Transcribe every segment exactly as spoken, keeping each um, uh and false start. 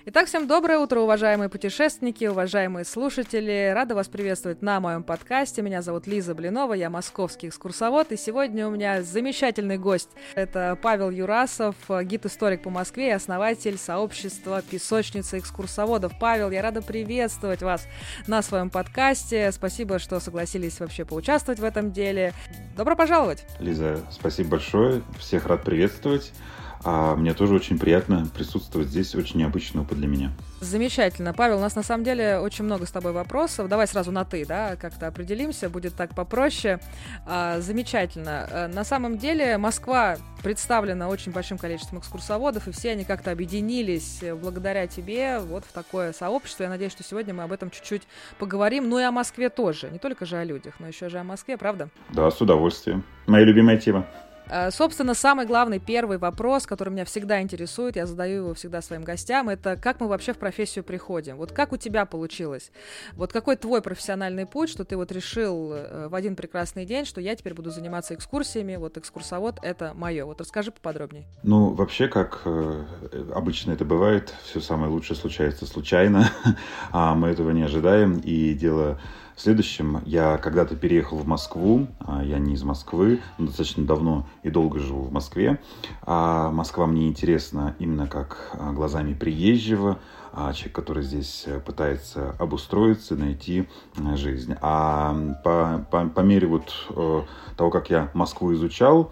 Итак, всем доброе утро, уважаемые путешественники, уважаемые слушатели. Рада вас приветствовать на моем подкасте. Меня зовут Лиза Блинова, я московский экскурсовод. И сегодня у меня замечательный гость. Это Павел Юрасов, гид-историк по Москве и основатель сообщества «Песочница экскурсоводов». Павел, я рада приветствовать вас на своем подкасте. Спасибо, что согласились вообще поучаствовать в этом деле. Добро пожаловать! Лиза, спасибо большое. Всех рад приветствовать. А мне тоже очень приятно присутствовать здесь, очень необычный опыт для меня. Замечательно. Павел, у нас на самом деле очень много с тобой вопросов. Давай сразу на «ты», да, как-то определимся, будет так попроще. А, замечательно. А, на самом деле Москва представлена очень большим количеством экскурсоводов, и все они как-то объединились благодаря тебе вот в такое сообщество. Я надеюсь, что сегодня мы об этом чуть-чуть поговорим. Ну и о Москве тоже. Не только же о людях, но еще же о Москве, правда? Да, с удовольствием. Моя любимая тема. Собственно, самый главный первый вопрос, который меня всегда интересует, я задаю его всегда своим гостям, это как мы вообще в профессию приходим? Вот как у тебя получилось? Вот какой твой профессиональный путь, что ты вот решил в один прекрасный день, что я теперь буду заниматься экскурсиями, вот экскурсовод — это мое. Вот расскажи поподробнее. Ну, вообще, как э, обычно это бывает, все самое лучшее случается случайно, а мы этого не ожидаем, и дело... В следующем, я когда-то переехал в Москву, я не из Москвы, но достаточно давно и долго живу в Москве. А Москва мне интересна именно как глазами приезжего, человек, который здесь пытается обустроиться, найти жизнь. А по, по, по мере вот того, как я Москву изучал,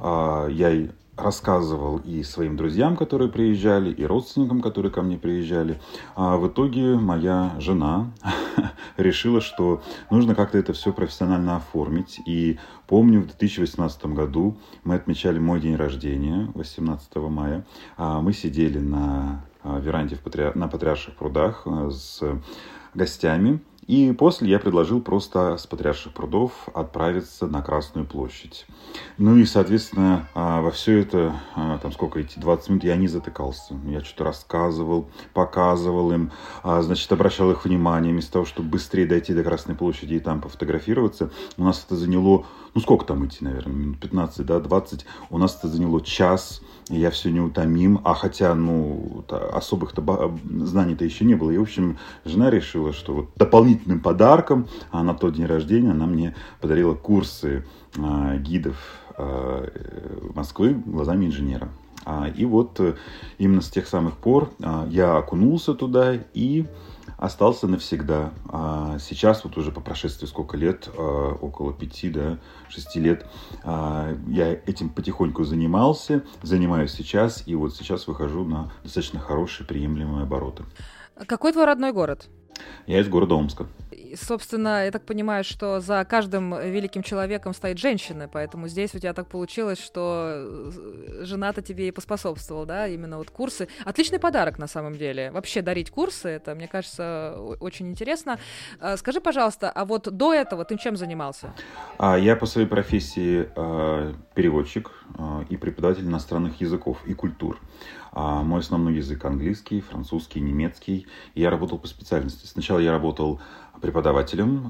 я рассказывал и своим друзьям, которые приезжали, и родственникам, которые ко мне приезжали. А в итоге моя жена решила, что нужно как-то это все профессионально оформить. И помню, в две тысячи восемнадцатом году мы отмечали мой день рождения, восемнадцатого мая. Мы сидели на веранде в Патри... на Патриарших прудах с гостями. И после я предложил просто с Патриарших прудов отправиться на Красную площадь. Ну и, соответственно, во все это, там сколько эти двадцать минут, я не затыкался. Я что-то рассказывал, показывал им, значит, обращал их внимание. Вместо того, чтобы быстрее дойти до Красной площади и там пофотографироваться, у нас это заняло, ну сколько там идти, наверное, минут пятнадцать, да, двадцать. У нас это заняло час. И я все неутомим, а хотя, ну, особых-то знаний-то еще не было. И, в общем, жена решила, что вот дополнительным подарком а на тот день рождения она мне подарила курсы а, гидов а, Москвы глазами инженера. А, и вот именно с тех самых пор а, я окунулся туда и остался навсегда. А сейчас, вот уже по прошествии сколько лет, около пяти, да, шести лет, я этим потихоньку занимался, занимаюсь сейчас, и вот сейчас выхожу на достаточно хорошие, приемлемые обороты. Какой твой родной город? Я из города Омска. Собственно, я так понимаю, что за каждым великим человеком стоит женщина, поэтому здесь у тебя так получилось, что жена-то тебе и поспособствовала, да, именно вот курсы. Отличный подарок на самом деле. Вообще дарить курсы, это, мне кажется, очень интересно. Скажи, пожалуйста, а вот до этого ты чем занимался? Я по своей профессии переводчик и преподаватель иностранных языков и культур. Мой основной язык английский, французский, немецкий. Я работал по специальности. Сначала я работал преподавателем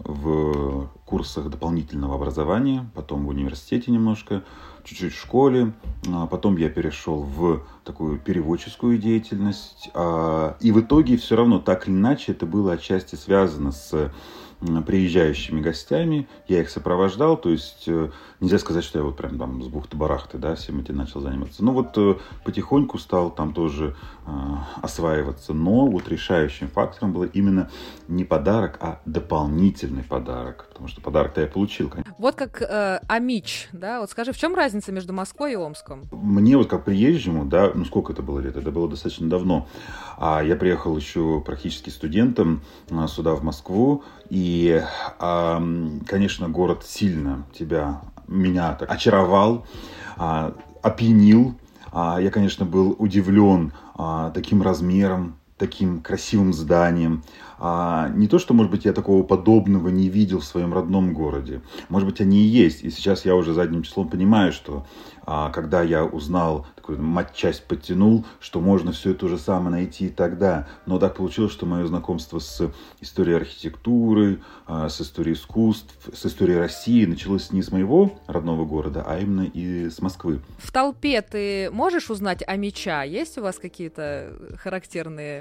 в курсах дополнительного образования, потом в университете немножко, чуть-чуть в школе. Потом я перешел в такую переводческую деятельность. И в итоге все равно так или иначе это было отчасти связано с приезжающими гостями, я их сопровождал, то есть нельзя сказать, что я вот прям там с бухты-барахты, да, всем этим начал заниматься. Ну вот потихоньку стал там тоже э, осваиваться, но вот решающим фактором было именно не подарок, а дополнительный подарок, потому что подарок-то я получил, конечно. Вот как э, Амич, да, вот скажи, в чем разница между Москвой и Омском? Мне вот как приезжему, да, ну сколько это было лет, это было достаточно давно, а я приехал еще практически студентом а, сюда, в Москву, и, а, конечно, город сильно тебя, меня так очаровал, а, опьянил. А, я, конечно, был удивлен а, таким размером, таким красивым зданием. А, не то, что, может быть, я такого подобного не видел в своем родном городе. Может быть, они и есть. И сейчас я уже задним числом понимаю, что а, когда я узнал, такую матчасть подтянул, что можно все это же самое найти и тогда. Но так получилось, что мое знакомство с историей архитектуры, а, с историей искусств, с историей России началось не с моего родного города, а именно и с Москвы. В толпе ты можешь узнать Амича? Есть у вас какие-то характерные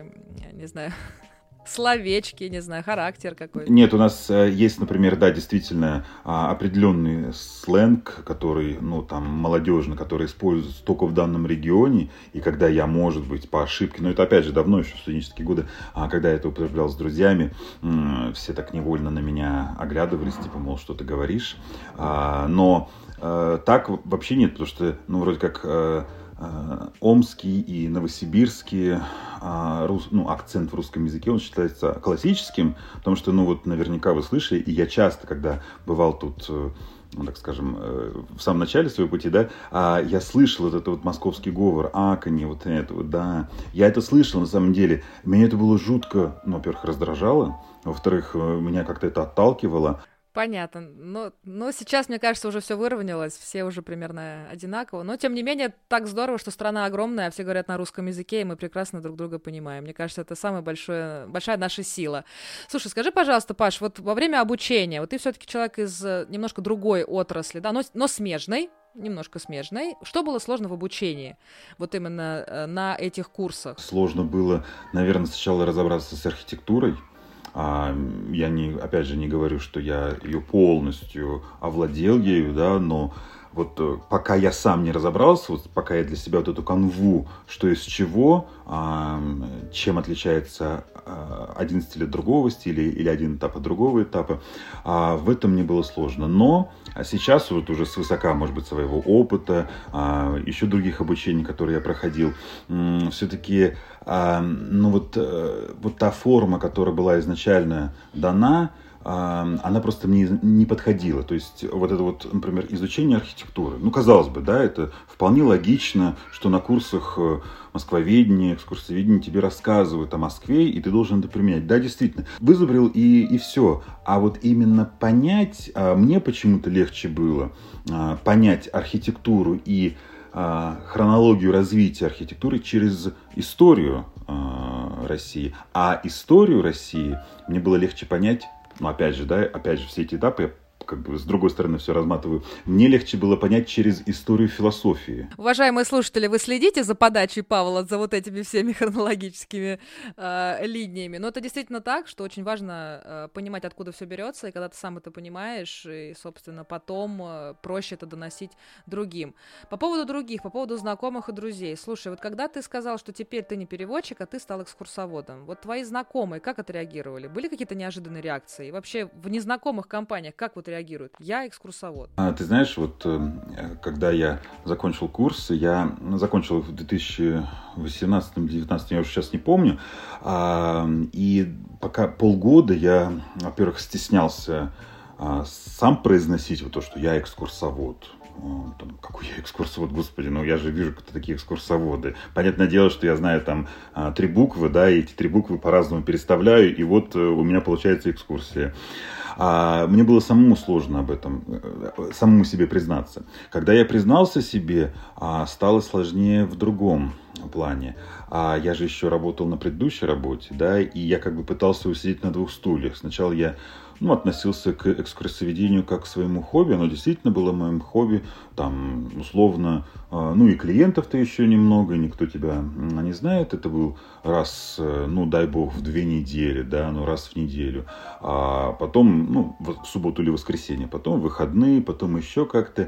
какие-то, не знаю, словечки, не знаю, характер какой-то? Нет, у нас есть, например, да, действительно определенный сленг, который, ну, там, молодежный, который используется только в данном регионе, и когда я, может быть, по ошибке, но это, опять же, давно, еще в студенческие годы, когда я это употреблял с друзьями, все так невольно на меня оглядывались, типа, мол, что ты говоришь, но так вообще нет, потому что, ну, вроде как... Омский и новосибирский ну, акцент в русском языке, он считается классическим, потому что, ну, вот наверняка вы слышали, и я часто, когда бывал тут, ну, так скажем, в самом начале своего пути, да, я слышал вот этот вот московский говор, аканье, вот это вот, да, я это слышал на самом деле, меня это было жутко, ну, во-первых, раздражало, во-вторых, меня как-то это отталкивало. Понятно. Но, но сейчас, мне кажется, уже все выровнялось, все уже примерно одинаково. Но, тем не менее, так здорово, что страна огромная, все говорят на русском языке, и мы прекрасно друг друга понимаем. Мне кажется, это самая большая, большая наша сила. Слушай, скажи, пожалуйста, Паш, вот во время обучения, вот ты все-таки человек из немножко другой отрасли, да, но, но смежной, немножко смежной. Что было сложно в обучении, вот именно на этих курсах? Сложно было, наверное, сначала разобраться с архитектурой. Я, не, опять же, не говорю, что я ее полностью овладел ею, да, но вот пока я сам не разобрался, вот пока я для себя вот эту канву, что из чего, чем отличается один стиль от другого стиля или один этап от другого этапа, в этом мне было сложно. Но сейчас вот уже свысока, может быть, своего опыта, еще других обучений, которые я проходил, все-таки, ну вот, вот та форма, которая была изначально дана, она просто мне не подходила. То есть вот это вот, например, изучение архитектуры. Ну, казалось бы, да, это вполне логично, что на курсах москвоведения, экскурсоведения тебе рассказывают о Москве, и ты должен это применять. Да, действительно, вызубрил и, и все. А вот именно понять, мне почему-то легче было понять архитектуру и хронологию развития архитектуры через историю России. А историю России мне было легче понять. Но опять же, да, опять же, все эти этапы я как бы с другой стороны все разматываю. Мне легче было понять через историю философии. Уважаемые слушатели, вы следите за подачей Павла, за вот этими всеми хронологическими э, линиями. Но это действительно так, что очень важно э, понимать, откуда все берется, и когда ты сам это понимаешь, и, собственно, потом э, проще это доносить другим. По поводу других, по поводу знакомых и друзей. Слушай, вот когда ты сказал, что теперь ты не переводчик, а ты стал экскурсоводом, вот твои знакомые как отреагировали? Были какие-то неожиданные реакции? И вообще в незнакомых компаниях как вот реагируют? Я экскурсовод. А, ты знаешь, вот когда я закончил курс, я закончил в две тысячи восемнадцатом — две тысячи девятнадцатом, я уже сейчас не помню, а, и пока полгода я, во-первых, стеснялся а, сам произносить вот то, что я экскурсовод. Там, какой я экскурсовод, господи, ну я же вижу, кто такие экскурсоводы. Понятное дело, что я знаю там три буквы, да, и эти три буквы по-разному переставляю, и вот у меня получается экскурсия. А мне было самому сложно об этом, самому себе признаться. Когда я признался себе, стало сложнее в другом плане. А я же еще работал на предыдущей работе, да, и я как бы пытался усидеть на двух стульях. Сначала я ну, относился к экскурсоведению как к своему хобби. Оно действительно было моим хобби. Там, условно, ну и клиентов-то еще немного, никто тебя не знает. Это был раз, ну, дай бог, в две недели, да, ну, раз в неделю. А потом, ну, в субботу или воскресенье, потом выходные, потом еще как-то.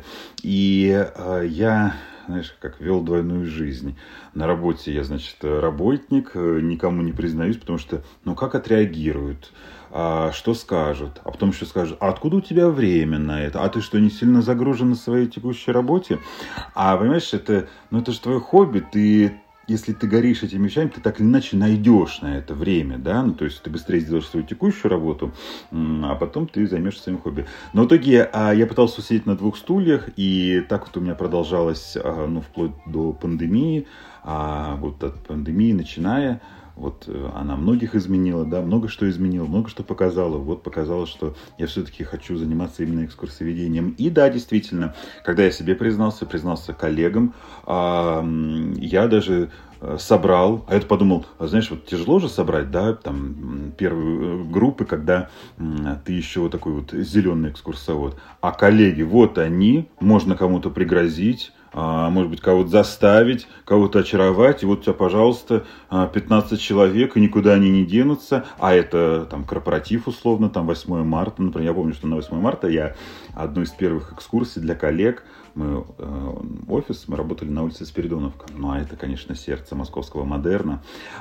И я... знаешь, как вел двойную жизнь. На работе я, значит, работник, никому не признаюсь, потому что, ну, как отреагируют, а, что скажут, а потом еще скажут, а откуда у тебя время на это, а ты что, не сильно загружен на своей текущей работе? А, понимаешь, это, ну, это же твое хобби, ты... Если ты горишь этими вещами, ты так или иначе найдешь на это время, да, ну, то есть ты быстрее сделаешь свою текущую работу, а потом ты займешься своим хобби. Но в итоге я пытался сидеть на двух стульях, и так вот у меня продолжалось, ну, вплоть до пандемии, а вот от пандемии начиная, вот она многих изменила, да, много что изменила, много что показала. Вот показала, что я все-таки хочу заниматься именно экскурсоведением. И да, действительно, когда я себе признался, признался коллегам, я даже собрал, а я подумал, знаешь, вот тяжело же собрать, да, там, первые группы, когда ты еще вот такой вот зеленый экскурсовод. А коллеги, вот они, можно кому-то пригрозить, а, может быть, кого-то заставить, кого-то очаровать, и вот у тебя, пожалуйста, пятнадцать человек, и никуда они не денутся, а это там корпоратив условно, там восьмое марта, например, я помню, что на восьмое марта я одну из первых экскурсий для коллег, мы э, офис, мы работали на улице Спиридоновка, ну а это, конечно, сердце московского модерна,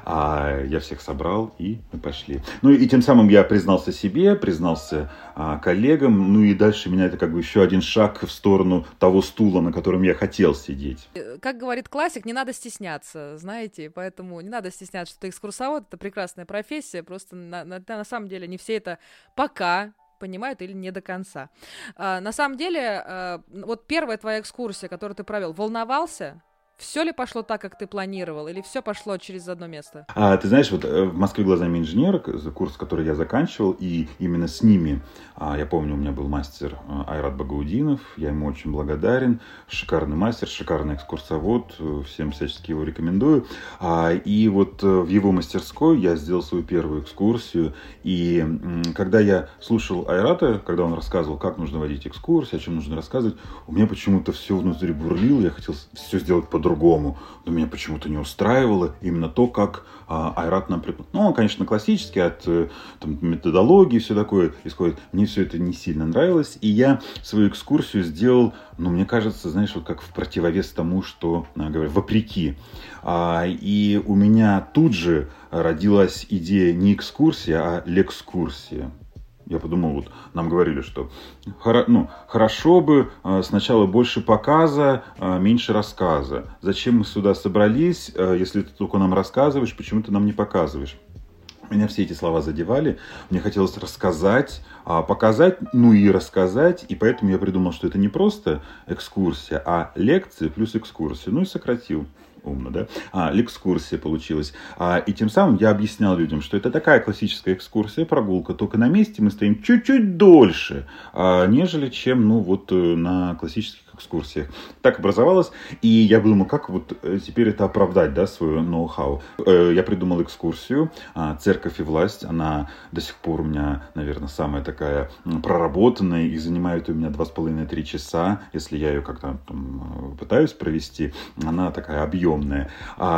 а я всех собрал, и мы пошли. Ну и тем самым я признался себе, признался а, коллегам, ну и дальше меня это как бы еще один шаг в сторону того стула, на котором я хотел сидеть. Как говорит классик, не надо стесняться, знаете, поэтому не надо стесняться, что ты экскурсовод, это прекрасная профессия, просто на, на, на самом деле не все это пока понимают или не до конца. А, на самом деле, а, вот первая твоя экскурсия, которую ты провел, волновался? Все ли пошло так, как ты планировал, или все пошло через одно место? А, ты знаешь, вот в «Москве глазами инженера», курс, который я заканчивал, и именно с ними, а, я помню, у меня был мастер Айрат Багаудинов, я ему очень благодарен, шикарный мастер, шикарный экскурсовод, всем всячески его рекомендую. А, и вот в его мастерской я сделал свою первую экскурсию, и м, когда я слушал Айрата, когда он рассказывал, как нужно водить экскурсии, о чем нужно рассказывать, у меня почему-то все внутри бурлило, я хотел все сделать по другому, но меня почему-то не устраивало именно то, как а, Айрат нам преподал. Ну, он, конечно, классический, от там, методологии, все такое исходит. Мне все это не сильно нравилось, и я свою экскурсию сделал, ну, мне кажется, знаешь, вот как в противовес тому, что, а, говорю, вопреки. А, и у меня тут же родилась идея не экскурсия, а лекскурсия. Я подумал, вот нам говорили, что хоро, ну, хорошо бы э, сначала больше показа, э, меньше рассказа. Зачем мы сюда собрались, э, если ты только нам рассказываешь, почему ты нам не показываешь? Меня все эти слова задевали, мне хотелось рассказать, а, показать, ну и рассказать, и поэтому я придумал, что это не просто экскурсия, а лекция плюс экскурсия, ну и сократил. Умно, да? А, лекскурсия получилась. А, и тем самым я объяснял людям, что это такая классическая экскурсия, прогулка, только на месте мы стоим чуть-чуть дольше, а, нежели чем, ну, вот на классических экскурсиях. Так образовалось, и я думал, как вот теперь это оправдать, да, свое ноу-хау. Я придумал экскурсию «Церковь и власть». Она до сих пор у меня, наверное, самая такая проработанная, и занимает у меня два с половиной-три часа, если я ее как-то там пытаюсь провести. Она такая объемная.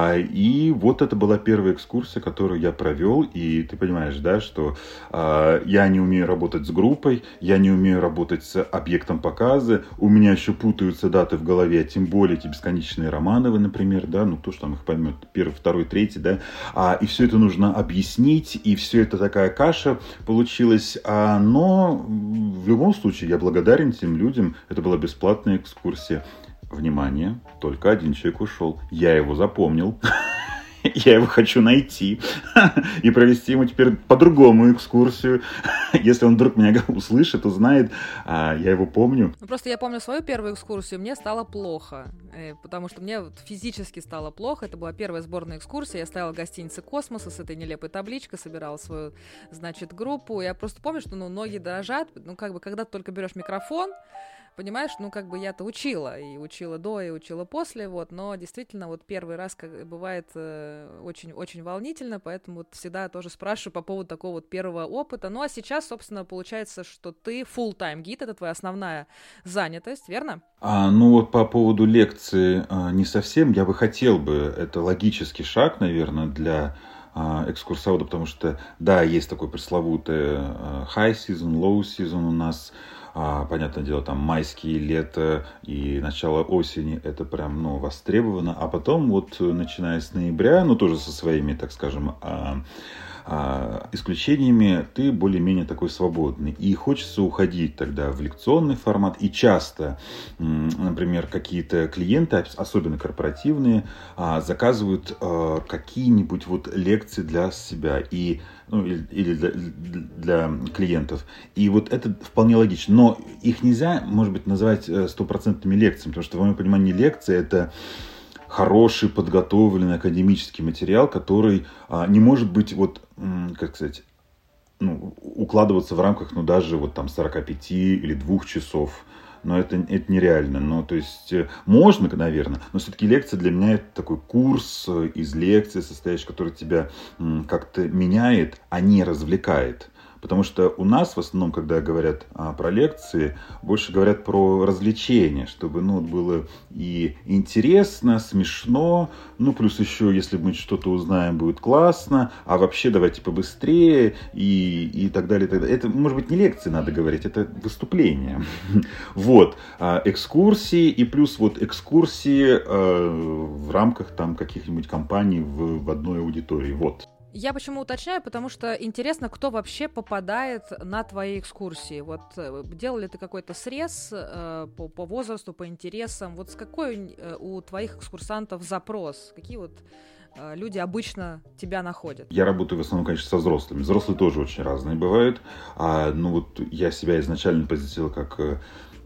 И вот это была первая экскурсия, которую я провел, и ты понимаешь, да, что я не умею работать с группой, я не умею работать с объектом показа, у меня еще путаются даты в голове, а тем более эти бесконечные Романовы, например, да, ну кто ж там их поймет, первый, второй, третий, да, а, и все это нужно объяснить, и все это такая каша получилась, а, но в любом случае я благодарен тем людям, это была бесплатная экскурсия. Внимание, только один человек ушел, я его запомнил. Я его хочу найти и провести ему теперь по-другому экскурсию. Если он вдруг меня услышит, узнает, а я его помню. Ну, просто я помню свою первую экскурсию, мне стало плохо, потому что мне физически стало плохо. Это была первая сборная экскурсия, я стояла в гостинице «Космоса» с этой нелепой табличкой, собирала свою, значит, группу. Я просто помню, что, ну, ноги дрожат, ну, как бы, когда ты только берешь микрофон, понимаешь, ну, как бы я-то учила, и учила до, и учила после, вот, но действительно, вот первый раз как, бывает очень-очень э, волнительно, поэтому вот всегда тоже спрашиваю по поводу такого вот первого опыта. Ну, а сейчас, собственно, получается, что ты full-time гид, это твоя основная занятость, верно? А, ну, вот по поводу лекции а, не совсем, я бы хотел бы, это логический шаг, наверное, для экскурсовода, потому что, да, есть такой пресловутый high season, low season у нас. А, понятное дело, там майские, лето и начало осени, это прям, ну, востребовано. А потом вот, начиная с ноября, ну, тоже со своими, так скажем, а, а, исключениями, ты более-менее такой свободный. И хочется уходить тогда в лекционный формат. И часто, например, какие-то клиенты, особенно корпоративные, а, заказывают а, какие-нибудь вот лекции для себя. И ну, или, или для, для клиентов. И вот это вполне логично. Но их нельзя, может быть, называть стопроцентными лекциями, потому что, в моем понимании, лекция — это хороший, подготовленный академический материал, который а, не может быть, вот, как сказать, ну, укладываться в рамках, ну, даже вот там сорок пять или двух часов. Но это, это нереально. Ну, то есть, можно, наверное, но все-таки лекция для меня это такой курс из лекций, состоящий, который тебя как-то меняет, а не развлекает. Потому что у нас в основном, когда говорят а, про лекции, больше говорят про развлечения, чтобы ну, было и интересно, смешно, ну плюс еще, если мы что-то узнаем, будет классно, а вообще давайте побыстрее и, и так далее, и так далее. Это, может быть, не лекции надо говорить, это выступление. Вот, экскурсии и плюс вот экскурсии в рамках там каких-нибудь компаний в, в одной аудитории, вот. Я почему уточняю, потому что интересно, кто вообще попадает на твои экскурсии. Вот делал ли ты какой-то срез э, по, по возрасту, по интересам? Вот с какой э, у твоих экскурсантов запрос? Какие вот э, люди обычно тебя находят? Я работаю в основном, конечно, со взрослыми. Взрослые тоже очень разные бывают. А, ну вот я себя изначально позиционировал как э,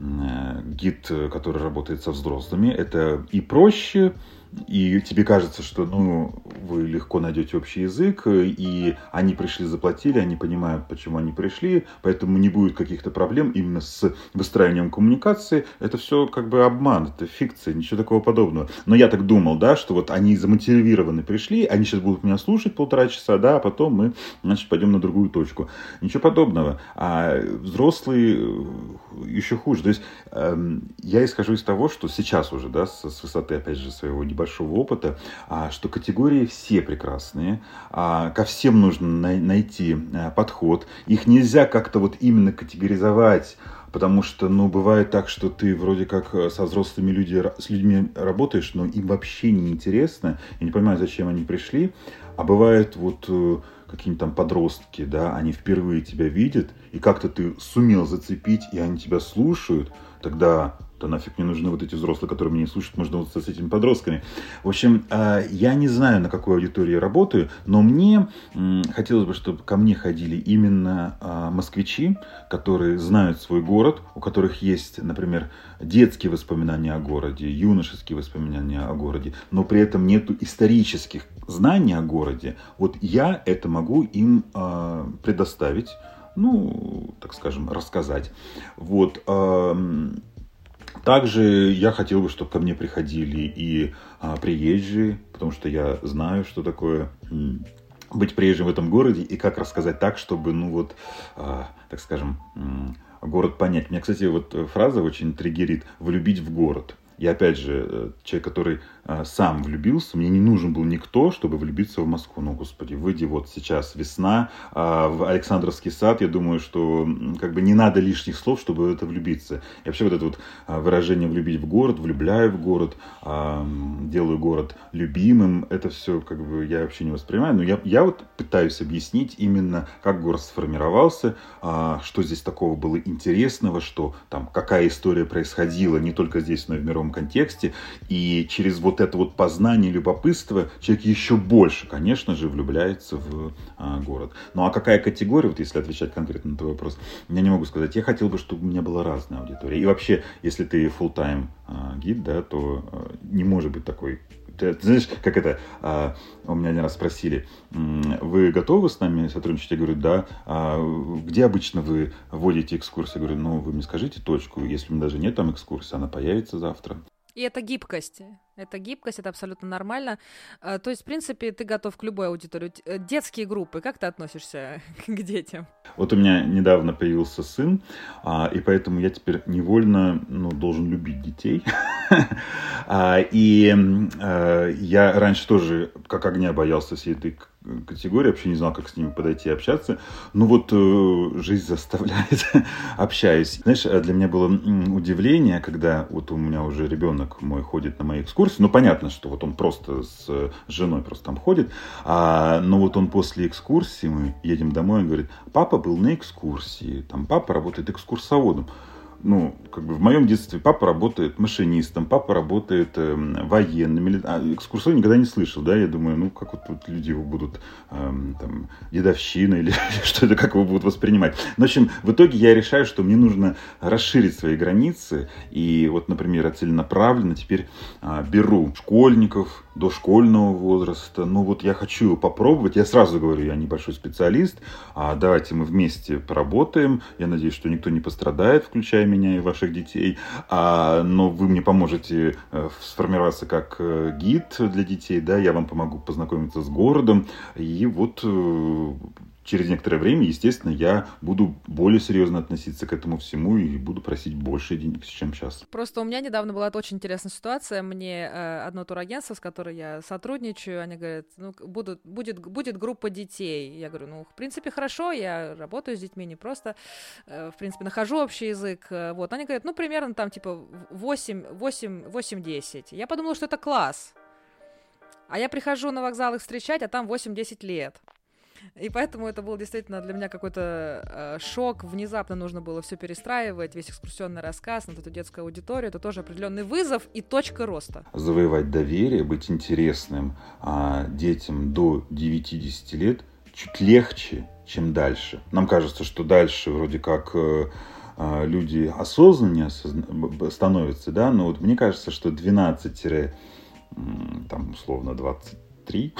гид, который работает со взрослыми. Это и проще, и тебе кажется, что ну, вы легко найдете общий язык, и они пришли, заплатили, они понимают, почему они пришли, поэтому не будет каких-то проблем именно с выстраиванием коммуникации. Это все как бы обман, это фикция, ничего такого подобного. Но я так думал, да, что вот они замотивированы пришли, они сейчас будут меня слушать полтора часа, да, а потом мы, значит, пойдем на другую точку. Ничего подобного. А взрослые еще хуже. То есть эм, я исхожу из того, что сейчас уже, да, с, с высоты, опять же, своего небольшого большого опыта, что категории все прекрасные, ко всем нужно найти подход, их нельзя как-то вот именно категоризовать, потому что, ну, бывает так, что ты вроде как со взрослыми люди, с людьми работаешь, но им вообще не интересно, я не понимаю, зачем они пришли, а бывает вот какие-нибудь там подростки, да, они впервые тебя видят, и как-то ты сумел зацепить, и они тебя слушают, тогда то нафиг мне нужны вот эти взрослые, которые меня не слушают, можно вот с этими подростками. В общем, я не знаю, на какой аудитории я работаю, но мне хотелось бы, чтобы ко мне ходили именно москвичи, которые знают свой город, у которых есть, например, детские воспоминания о городе, юношеские воспоминания о городе, но при этом нету исторических знаний о городе. Вот я это могу им предоставить, ну, так скажем, рассказать. Вот. Также я хотел бы, чтобы ко мне приходили и а, приезжие, потому что я знаю, что такое м, быть приезжим в этом городе и как рассказать так, чтобы, ну вот, а, так скажем, м, город понять. Меня, кстати, вот фраза очень триггерит «влюбить в город». Я, опять же, человек, который а, сам влюбился, мне не нужен был никто, чтобы влюбиться в Москву. Ну, господи, выйди вот сейчас весна, а, в Александровский сад, я думаю, что как бы не надо лишних слов, чтобы в это влюбиться. И вообще вот это вот выражение «влюбить в город», «влюбляю в город», а, «делаю город любимым», это все как бы я вообще не воспринимаю. Но я, я вот пытаюсь объяснить именно, как город сформировался, а, что здесь такого было интересного, что там какая история происходила не только здесь, но и в мировом контексте, и через вот это вот познание, любопытство человек еще больше, конечно же, влюбляется в а, город. Ну а какая категория, вот если отвечать конкретно на твой вопрос, я не могу сказать. Я хотел бы, чтобы у меня была разная аудитория. И вообще, если ты full-time а, гид, да, то а, не может быть такой. Ты, ты знаешь, как это, а, у меня один раз спросили, вы готовы с нами сотрудничать? Я говорю, да. А где обычно вы вводите экскурсии? Я говорю, ну, вы мне скажите точку, если у меня даже нет там экскурсии, она появится завтра. И это гибкость. Это гибкость, это абсолютно нормально. То есть, в принципе, ты готов к любой аудитории. Детские группы, как ты относишься к детям? Вот у меня недавно появился сын, и поэтому я теперь невольно ну, должен любить детей. И я раньше тоже как огня боялся всей этой категории, вообще не знал, как с ними подойти и общаться. Ну вот э, жизнь заставляет, общаюсь. Знаешь, для меня было удивление, когда вот у меня уже ребенок мой ходит на мои экскурсии. Ну понятно, что вот он просто с женой просто там ходит. А, но вот он после экскурсии, мы едем домой, он говорит, папа был на экскурсии, там папа работает экскурсоводом. Ну, как бы в моем детстве папа работает машинистом, папа работает э, военным. А экскурсовод никогда не слышал, да, я думаю, ну, как вот тут люди его будут, э, там, дедовщина или что это, как его будут воспринимать. В общем, в итоге я решаю, что мне нужно расширить свои границы. И вот, например, я целенаправленно теперь э, беру школьников, дошкольного возраста. Ну, вот я хочу попробовать. Я сразу говорю, я небольшой специалист. А давайте мы вместе поработаем. Я надеюсь, что никто не пострадает, включая меня и ваших детей. А, но вы мне поможете э, сформироваться как э, гид для детей. Да, я вам помогу познакомиться с городом. И вот... Э, через некоторое время, естественно, я буду более серьезно относиться к этому всему и буду просить больше денег, чем сейчас. Просто у меня недавно была очень интересная ситуация. Мне э, одно турагентство, с которой я сотрудничаю, они говорят, ну, будут, будет, будет группа детей. Я говорю, ну, в принципе, хорошо, я работаю с детьми, не просто, э, в принципе, нахожу общий язык. Э, вот, они говорят, ну, примерно там, типа, восемь-десять. Я подумала, что это класс. А я прихожу на вокзал их встречать, а там восемь-десять лет. И поэтому это был действительно для меня какой-то э, шок. Внезапно нужно было все перестраивать, весь экскурсионный рассказ на эту детскую аудиторию. Это тоже определенный вызов и точка роста. Завоевать доверие, быть интересным а, детям до девяти-десяти лет чуть легче, чем дальше. Нам кажется, что дальше вроде как э, э, люди осознаннее осозна- становятся, да, но вот мне кажется, что двенадцать, там, условно, двадцать три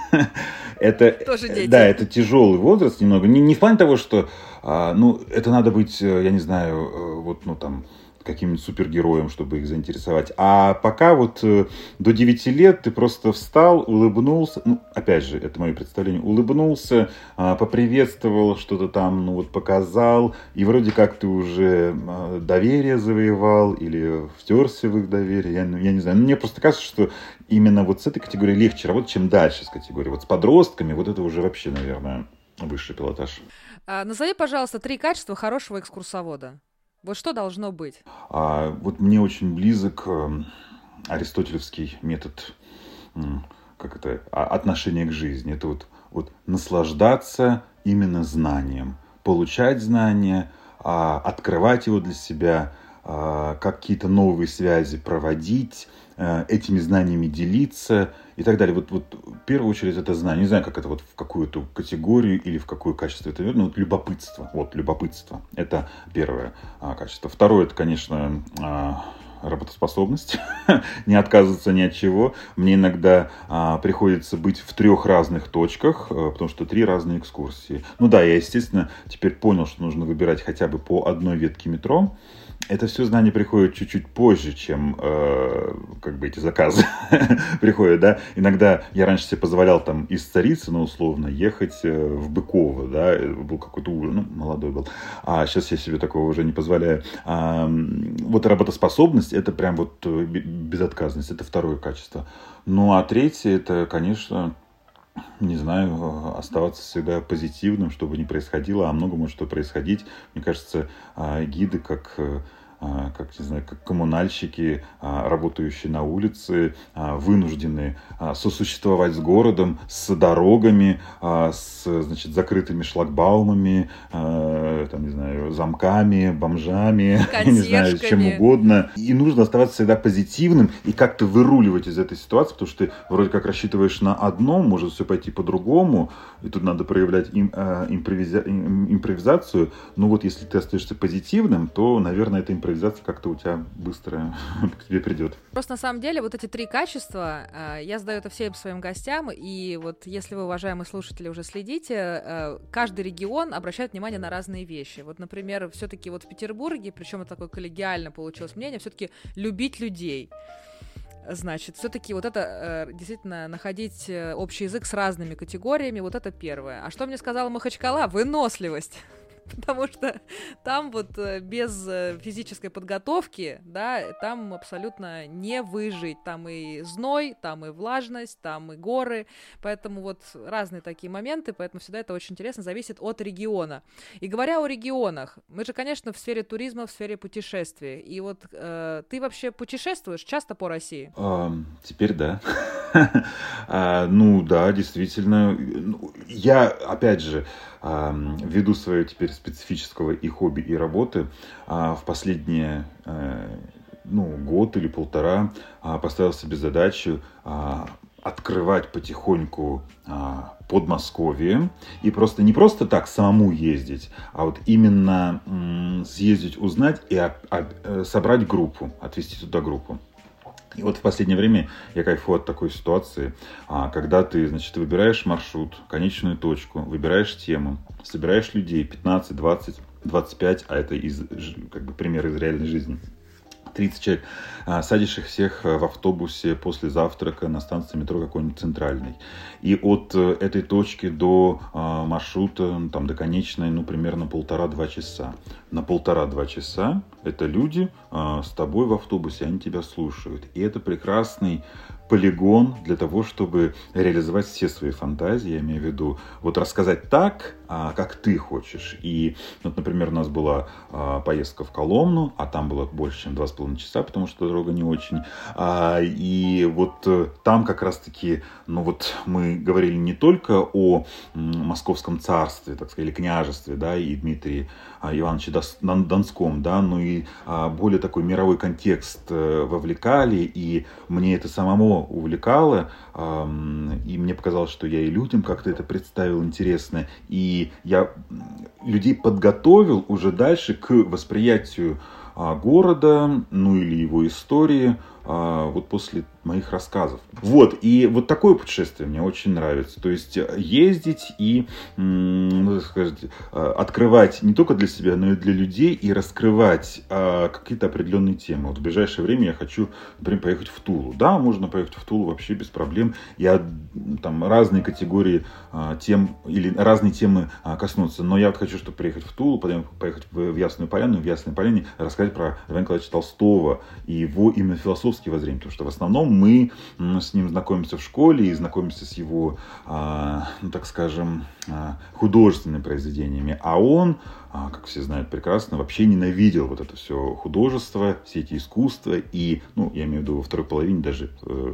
это, тоже дети. Да, это тяжелый возраст немного. Не, не в плане того, что а, ну, это надо быть, я не знаю, вот, ну, там, каким-нибудь супергероем, чтобы их заинтересовать. А пока вот до девяти лет ты просто встал, улыбнулся, ну, опять же, это мое представление, улыбнулся, поприветствовал, что-то там, ну, вот показал, и вроде как ты уже доверие завоевал или втерся в их доверие, я, я не знаю. Но мне просто кажется, что именно вот с этой категорией легче работать, чем дальше с категорией. Вот с подростками вот это уже вообще, наверное, высший пилотаж. А, назови, пожалуйста, три качества хорошего экскурсовода. Вот что должно быть? А, вот мне очень близок э, аристотелевский метод, э, как это, отношения к жизни. Это вот, вот наслаждаться именно знанием, получать знания, э, открывать его для себя, э, какие-то новые связи проводить, э, этими знаниями делиться и так далее. Вот, вот в первую очередь это знание. Не знаю, как это вот в какую-то категорию или в какое качество это верно. Вот любопытство. Вот любопытство. Это первое а, качество. Второе, это, конечно, а, работоспособность. Не отказываться ни от чего. Мне иногда а, приходится быть в трех разных точках, а, потому что три разные экскурсии. Ну да, я, естественно, теперь понял, что нужно выбирать хотя бы по одной ветке метро. Это все знание приходит чуть-чуть позже, чем э, как бы эти заказы приходят, да. Иногда я раньше себе позволял там из Царицына, ну, условно, ехать э, в Быково, да, был какой-то ужин, ну, молодой был. А сейчас я себе такого уже не позволяю. А, вот работоспособность, это прям вот безотказность, это второе качество. Ну, а третье, это, конечно... Не знаю, оставаться всегда позитивным, чтобы не происходило, а много может что происходить. Мне кажется, гиды, как, как, не знаю, как коммунальщики, работающие на улице, вынуждены сосуществовать с городом, с дорогами, с, значит, закрытыми шлагбаумами, там, не знаю, замками, бомжами, не знаю, чем угодно. И нужно оставаться всегда позитивным и как-то выруливать из этой ситуации, потому что ты вроде как рассчитываешь на одно, может все пойти по-другому, и тут надо проявлять им, э, импровиза- импровизацию. Но вот если ты остаешься позитивным, то, наверное, эта импровизация как-то у тебя быстро к тебе придет. Просто на самом деле вот эти три качества, э, я задаю это всем своим гостям, и вот если вы, уважаемые слушатели, уже следите, э, каждый регион обращает внимание на разные вещи. Вот, например, все-таки вот в Петербурге, причем это такое коллегиально получилось мнение, все-таки любить людей. Значит, все-таки вот это э, действительно находить э, общий язык с разными категориями, вот это первое. А что мне сказала Махачкала? Выносливость. Потому что там вот без физической подготовки, да, там абсолютно не выжить. Там и зной, там и влажность, там и горы. Поэтому вот разные такие моменты, поэтому всегда это очень интересно, зависит от региона. И говоря о регионах, мы же, конечно, в сфере туризма, в сфере путешествий. И вот э, ты вообще путешествуешь часто по России? А, теперь да. а, ну да, действительно. Я, опять же, ввиду своего теперь специфического и хобби, и работы, в последние ну, год или полтора поставил себе задачу открывать потихоньку Подмосковье. И просто не просто так самому ездить, а вот именно съездить, узнать и собрать группу, отвезти туда группу. И вот в последнее время я кайфую от такой ситуации, когда ты, значит, выбираешь маршрут, конечную точку, выбираешь тему, собираешь людей пятнадцать, двадцать, двадцать пять, а это из, как бы, пример из реальной жизни. тридцать человек, садишь их всех в автобусе после завтрака на станции метро какой-нибудь центральной. И от этой точки до маршрута, там, до конечной, ну, примерно полтора-два часа. На полтора-два часа это люди с тобой в автобусе, они тебя слушают. И это прекрасный полигон для того, чтобы реализовать все свои фантазии, я имею в виду, вот рассказать так, как ты хочешь. И, вот, например, у нас была поездка в Коломну, а там было больше, чем два с половиной часа, потому что дорога не очень. И вот там как раз-таки, ну вот мы говорили не только о Московском царстве, так сказать, или княжестве, да, и Дмитрии Ивановиче Донском, да, но и более такой мировой контекст вовлекали, и мне это самому увлекало, и мне показалось, что я и людям как-то это представил интересно, и я людей подготовил уже дальше к восприятию города, ну или его истории, вот после моих рассказов. Вот, и вот такое путешествие мне очень нравится. То есть ездить и, ну, так сказать, открывать не только для себя, но и для людей, и раскрывать какие-то определенные темы. Вот в ближайшее время я хочу, например, поехать в Тулу. Да, можно поехать в Тулу вообще без проблем. Я там разные категории тем или разные темы коснуться. Но я вот хочу, чтобы приехать в Тулу, потом поехать в Ясную Поляну, в Ясной Поляне рассказать про Льва Николаевича Толстого и его именно философские воззрения. Потому что в основном мы с ним знакомимся в школе и знакомимся с его, ну, так скажем, художественными произведениями. А он, как все знают прекрасно, вообще ненавидел вот это все художество, все эти искусства. И, ну, я имею в виду во второй половине даже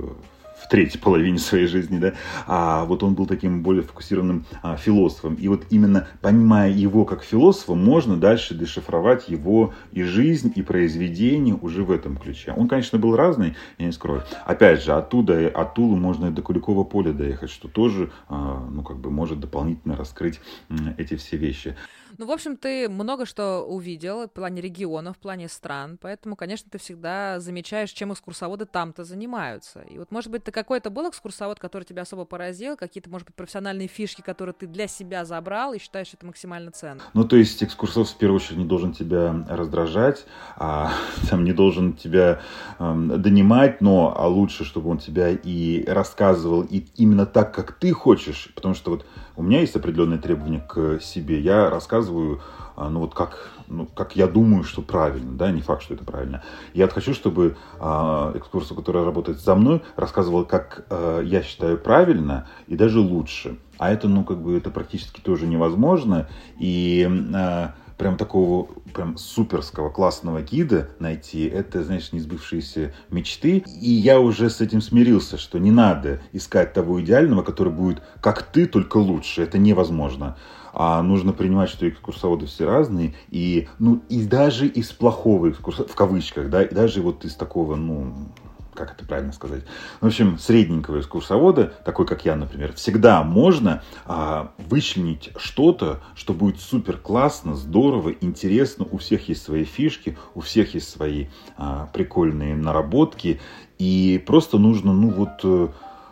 в третьей половине своей жизни, да, а вот он был таким более фокусированным а, философом. И вот именно понимая его как философа, можно дальше дешифровать его и жизнь, и произведения уже в этом ключе. Он, конечно, был разный, я не скрою. Опять же, оттуда, от Тулы можно и до Куликова поля доехать, что тоже, а, ну, как бы может дополнительно раскрыть м, эти все вещи. Ну, в общем, ты много что увидел в плане регионов, в плане стран, поэтому, конечно, ты всегда замечаешь, чем экскурсоводы там-то занимаются. И вот, может быть, ты какой-то был экскурсовод, который тебя особо поразил, какие-то, может быть, профессиональные фишки, которые ты для себя забрал и считаешь это максимально ценно? Ну, то есть экскурсовод, в первую очередь, не должен тебя раздражать, а, там, не должен тебя э, донимать, но а лучше, чтобы он тебя и рассказывал и именно так, как ты хочешь, потому что вот у меня есть определенные требования к себе. Я рассказываю, ну вот как, ну, как я думаю, что правильно, да, не факт, что это правильно. Я хочу, чтобы а, экскурсовод, который работает за мной, рассказывал, как а, я считаю правильно и даже лучше. А это, ну, как бы, это практически тоже невозможно. И а, прям такого прям суперского классного гида найти, это, знаешь, несбывшиеся мечты. И я уже с этим смирился, что не надо искать того идеального, который будет как ты, только лучше. Это невозможно. А нужно принимать, что экскурсоводы все разные. И, ну, и даже из плохого экскурсовода, в кавычках, да, и даже вот из такого, ну, как это правильно сказать, в общем, средненького экскурсовода, такой как я, например, всегда можно а, вычленить что-то, что будет супер классно, здорово, интересно. У всех есть свои фишки, у всех есть свои а, прикольные наработки. И просто нужно, ну вот,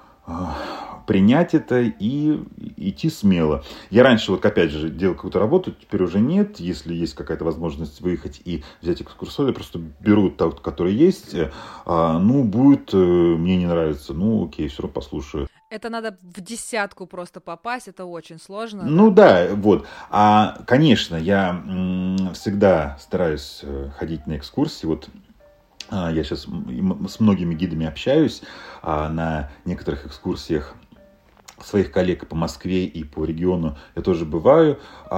а, принять это и идти смело. Я раньше, вот опять же, делал какую-то работу, теперь уже нет. Если есть какая-то возможность выехать и взять экскурсовода, я просто беру тот, который есть. А, ну, будет, мне не нравится, ну, окей, все равно послушаю. Это надо в десятку просто попасть, это очень сложно. Ну да, да вот. А, конечно, я м- всегда стараюсь ходить на экскурсии. Вот я сейчас с многими гидами общаюсь на некоторых экскурсиях своих коллег по Москве и по региону я тоже бываю.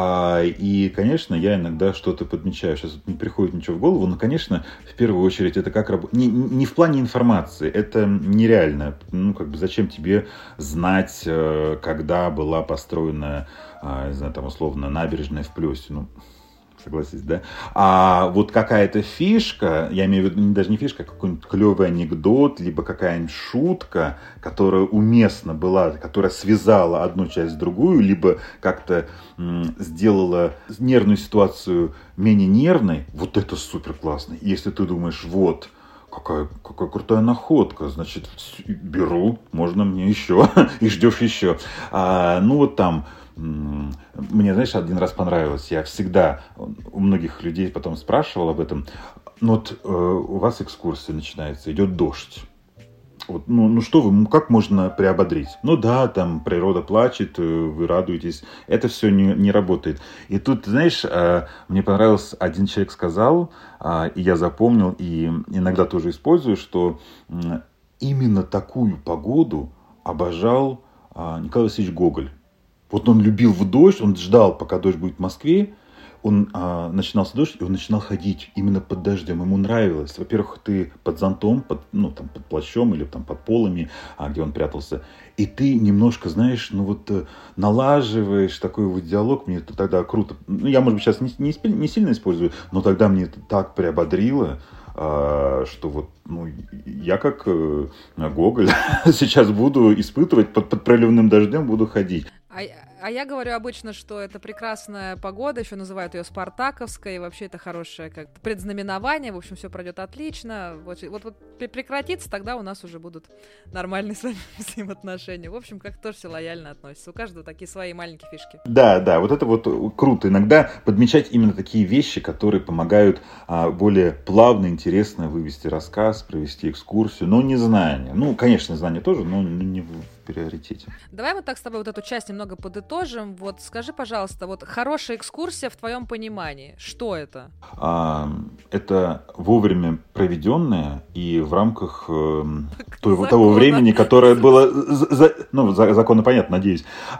И, конечно, я иногда что-то подмечаю. Сейчас не приходит ничего в голову, но, конечно, в первую очередь это как работать. Не, не в плане информации, это нереально. Ну, как бы зачем тебе знать, когда была построена, не знаю, там, условно, набережная в Плёсе? Ну, согласись, да? А вот какая-то фишка, я имею в виду даже не фишка, а какой-нибудь клевый анекдот, либо какая-нибудь шутка, которая уместна была, которая связала одну часть с другую, либо как-то м, сделала нервную ситуацию менее нервной, вот это супер классно. Если ты думаешь, вот, Какая, какая крутая находка, значит, беру, можно мне еще, и ждешь еще. А, ну вот там, мне, знаешь, один раз понравилось, я всегда у многих людей потом спрашивал об этом, ну вот э, у вас экскурсия начинается, идет дождь. Вот, ну, ну что вы, ну как можно приободрить? Ну да, там природа плачет, вы радуетесь. Это все не, не работает. И тут, знаешь, мне понравился, один человек сказал, и я запомнил, и иногда тоже использую, что именно такую погоду обожал Николай Васильевич Гоголь. Вот он любил в дождь, он ждал, пока дождь будет в Москве. Он а, начинался дождь, и он начинал ходить именно под дождем. Ему нравилось. Во-первых, ты под зонтом, под, ну, там, под плащом или там, под полами, а, где он прятался. И ты немножко, знаешь, ну вот налаживаешь такой вот диалог. Мне это тогда круто. Ну, я, может быть, сейчас не, не, не сильно использую, но тогда мне это так приободрило, а, что вот ну, я как э, Гоголь сейчас буду испытывать, под, под проливным дождем буду ходить. А, а я говорю обычно, что это прекрасная погода, еще называют ее спартаковской, и вообще это хорошее как предзнаменование, в общем, все пройдет отлично. Вот, вот, вот прекратится, тогда у нас уже будут нормальные с вами взаимоотношения. В общем, как тоже все лояльно относятся. У каждого такие свои маленькие фишки. Да, да, вот это вот круто. Иногда подмечать именно такие вещи, которые помогают а, более плавно, интересно вывести рассказ, провести экскурсию. Но не знание. Ну, конечно, знание тоже, но не в приоритете. Давай мы так с тобой вот эту часть немного подытожим. Вот скажи, пожалуйста, вот хорошая экскурсия в твоем понимании, что это? А, это вовремя проведенная и в рамках э, того, того времени, которое было, за, ну, за, законно понятно, надеюсь,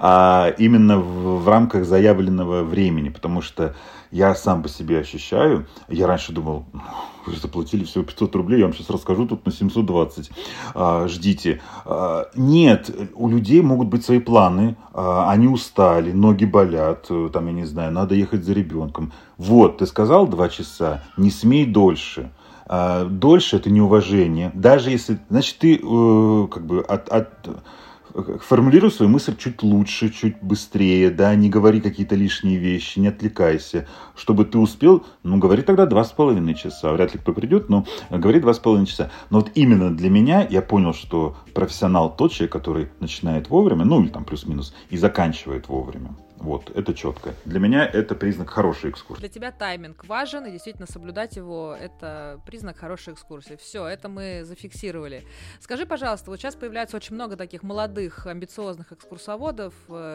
а именно в, в рамках заявленного времени, потому что я сам по себе ощущаю, я раньше думал, вы же заплатили всего пятьсот рублей, я вам сейчас расскажу тут на семьсот двадцать, а, ждите. А, нет, у людей могут быть свои планы, а, они устали, ноги болят, там, я не знаю, надо ехать за ребенком. Вот, ты сказал два часа, не смей дольше. А, дольше это неуважение. Даже если, значит, ты э, как бы от... от формулируй свою мысль чуть лучше, чуть быстрее, да, не говори какие-то лишние вещи, не отвлекайся. Чтобы ты успел, ну, говори тогда два с половиной часа. Вряд ли кто придет, но говори два с половиной часа. Но вот именно для меня я понял, что профессионал тот человек, который начинает вовремя, ну, или там плюс-минус, и заканчивает вовремя. Вот, это четко. Для меня это признак хорошей экскурсии. Для тебя тайминг важен, и действительно соблюдать его – это признак хорошей экскурсии. Все, это мы зафиксировали. Скажи, пожалуйста, вот сейчас появляется очень много таких молодых, амбициозных экскурсоводов,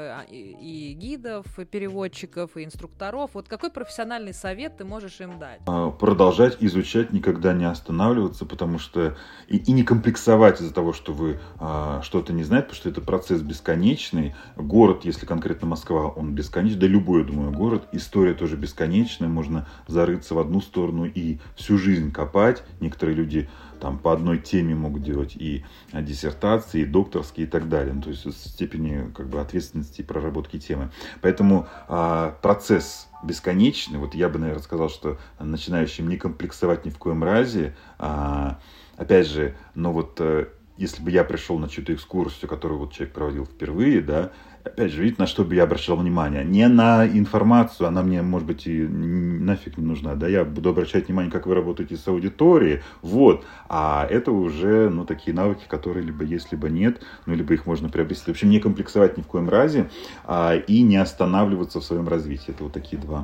и, и гидов, и переводчиков, и инструкторов. Вот какой профессиональный совет ты можешь им дать? Продолжать изучать, никогда не останавливаться, потому что и, и не комплексовать из-за того, что вы а, что-то не знаете, потому что это процесс бесконечный. Город, если конкретно Москва, он бесконечный, да любой, я думаю, город. История тоже бесконечная, можно зарыться в одну сторону и всю жизнь копать. Некоторые люди там по одной теме могут делать и диссертации, и докторские, и так далее. Ну, то есть с степени как бы ответственности и проработки темы. Поэтому а, процесс бесконечный. Вот я бы, наверное, сказал, что начинающим не комплексовать ни в коем разе. А, опять же, но вот а, если бы я пришел на чью-то экскурсию, которую вот человек проводил впервые, да, опять же, видите, на что бы я обращал внимание? Не на информацию, она мне, может быть, и нафиг не нужна. Да, я буду обращать внимание, как вы работаете с аудиторией. Вот. А это уже, ну, такие навыки, которые либо есть, либо нет. Ну, либо их можно приобрести. В общем, не комплексовать ни в коем разе а, и не останавливаться в своем развитии. Это вот такие два,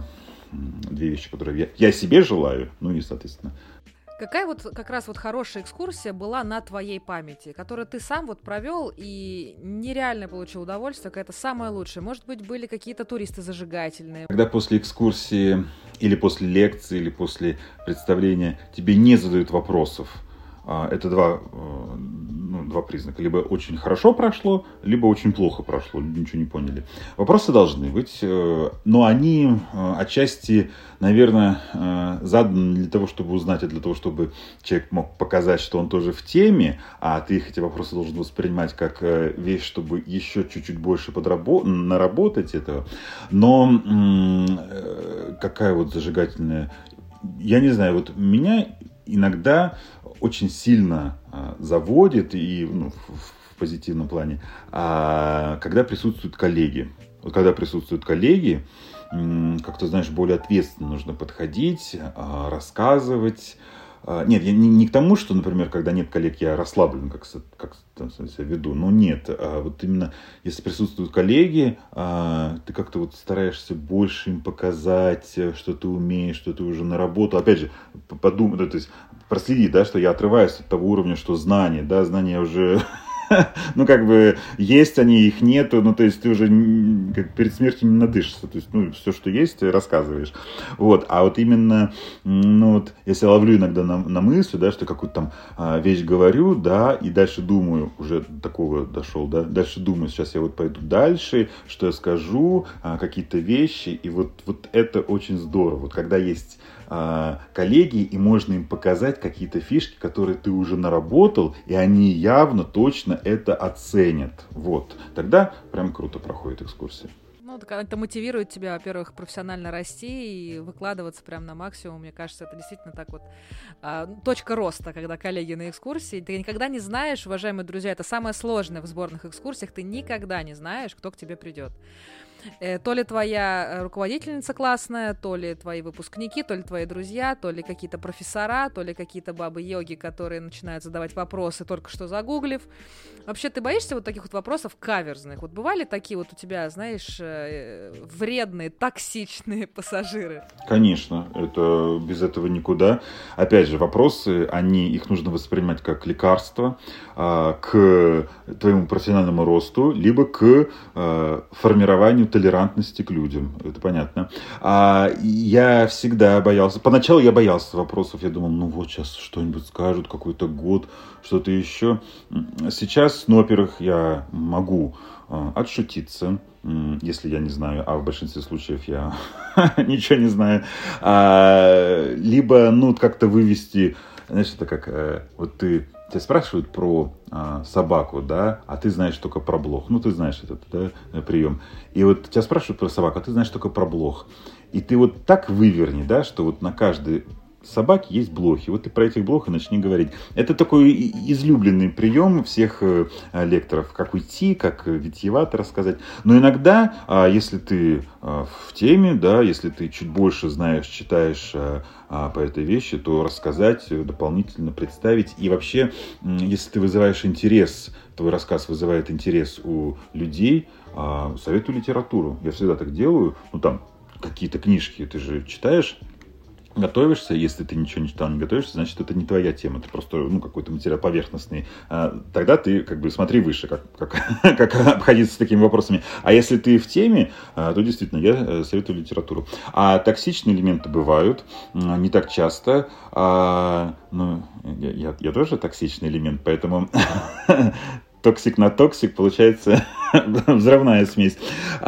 две вещи, которые я, я себе желаю. Ну и, соответственно, какая вот как раз вот хорошая экскурсия была на твоей памяти, которую ты сам вот провел и нереально получил удовольствие, какая-то самая лучшая? Может быть, были какие-то туристы зажигательные? Когда после экскурсии или после лекции, или после представления тебе не задают вопросов, это два, ну, два признака. Либо очень хорошо прошло, либо очень плохо прошло, ничего не поняли. Вопросы должны быть, но они отчасти, наверное, заданы для того, чтобы узнать, и для того, чтобы человек мог показать, что он тоже в теме, а ты эти вопросы должен воспринимать как вещь, чтобы еще чуть-чуть больше подработ- наработать этого. Но какая вот зажигательная... Я не знаю, вот меня иногда очень сильно а, заводит, и ну, в, в позитивном плане, а, когда присутствуют коллеги. Вот когда присутствуют коллеги, м- как-то, знаешь, более ответственно нужно подходить, а, рассказывать, Нет, я не, не к тому, что, например, когда нет коллег, я расслаблен, как, как там, себя веду. Но нет, а вот именно если присутствуют коллеги, ты как-то вот стараешься больше им показать, что ты умеешь, что ты уже наработал. Опять же, подумай, то есть проследи, да, что я отрываюсь от того уровня, что знания, да, знания уже... Ну, как бы, есть они, их нету, ну, то есть, ты уже как перед смертью не надышишься, то есть, ну, все, что есть, ты рассказываешь, вот, а вот именно, ну, вот, если я ловлю иногда на, на мысли, да, что какую-то там а, вещь говорю, да, и дальше думаю, уже до такого дошел, да, дальше думаю, сейчас я вот пойду дальше, что я скажу, а, какие-то вещи, и вот, вот это очень здорово, вот, когда есть а, коллеги, и можно им показать какие-то фишки, которые ты уже наработал, и они явно, точно это оценят. Вот. Тогда прям круто проходит экскурсия. Ну, так это мотивирует тебя, во-первых, профессионально расти и выкладываться прям на максимум. Мне кажется, это действительно так вот а, точка роста, когда коллеги на экскурсии. Ты никогда не знаешь, уважаемые друзья, это самое сложное в сборных экскурсиях, ты никогда не знаешь, кто к тебе придет. То ли твоя руководительница классная, то ли твои выпускники, то ли твои друзья, то ли какие-то профессора, то ли какие-то бабы-йоги, которые начинают задавать вопросы, только что загуглив. Вообще, ты боишься вот таких вот вопросов каверзных? Вот бывали такие вот у тебя, знаешь, вредные, токсичные пассажиры? Конечно, это без этого никуда. Опять же, вопросы, они, их нужно воспринимать как лекарство а, к твоему профессиональному росту, либо к а, формированию толерантности к людям. Это понятно. А я всегда боялся. Поначалу я боялся вопросов. Я думал, ну вот сейчас что-нибудь скажут, какой-то год, что-то еще. Сейчас, ну, во-первых, я могу э, отшутиться, э, если я не знаю, а в большинстве случаев я ничего не знаю. А, либо, ну, как-то вывести, знаешь, это как, э, вот ты тебя спрашивают про а, собаку, да, а ты знаешь только про блох. Ну, ты знаешь этот, да, прием. И вот тебя спрашивают про собаку, а ты знаешь только про блох. И ты вот так выверни, да, что вот на каждой собаке есть блохи. Вот ты про этих блох и начни говорить. Это такой излюбленный прием всех э, лекторов. Как уйти, как витиевато рассказать. Но иногда, э, если ты э, в теме, да, если ты чуть больше знаешь, читаешь э, э, по этой вещи, то рассказать, э, дополнительно представить. И вообще, э, если ты вызываешь интерес, твой рассказ вызывает интерес у людей, э, советую литературу. Я всегда так делаю. Ну, там, какие-то книжки ты же читаешь, готовишься, если ты ничего не читал, не готовишься, значит, это не твоя тема, это просто, ну, какой-то материал поверхностный. Тогда ты, как бы, смотри выше, как, как, как обходиться с такими вопросами. А если ты в теме, то действительно, я советую литературу. А токсичные элементы бывают, не так часто. Ну, я, я, я тоже токсичный элемент, поэтому... Токсик на токсик, получается взрывная смесь.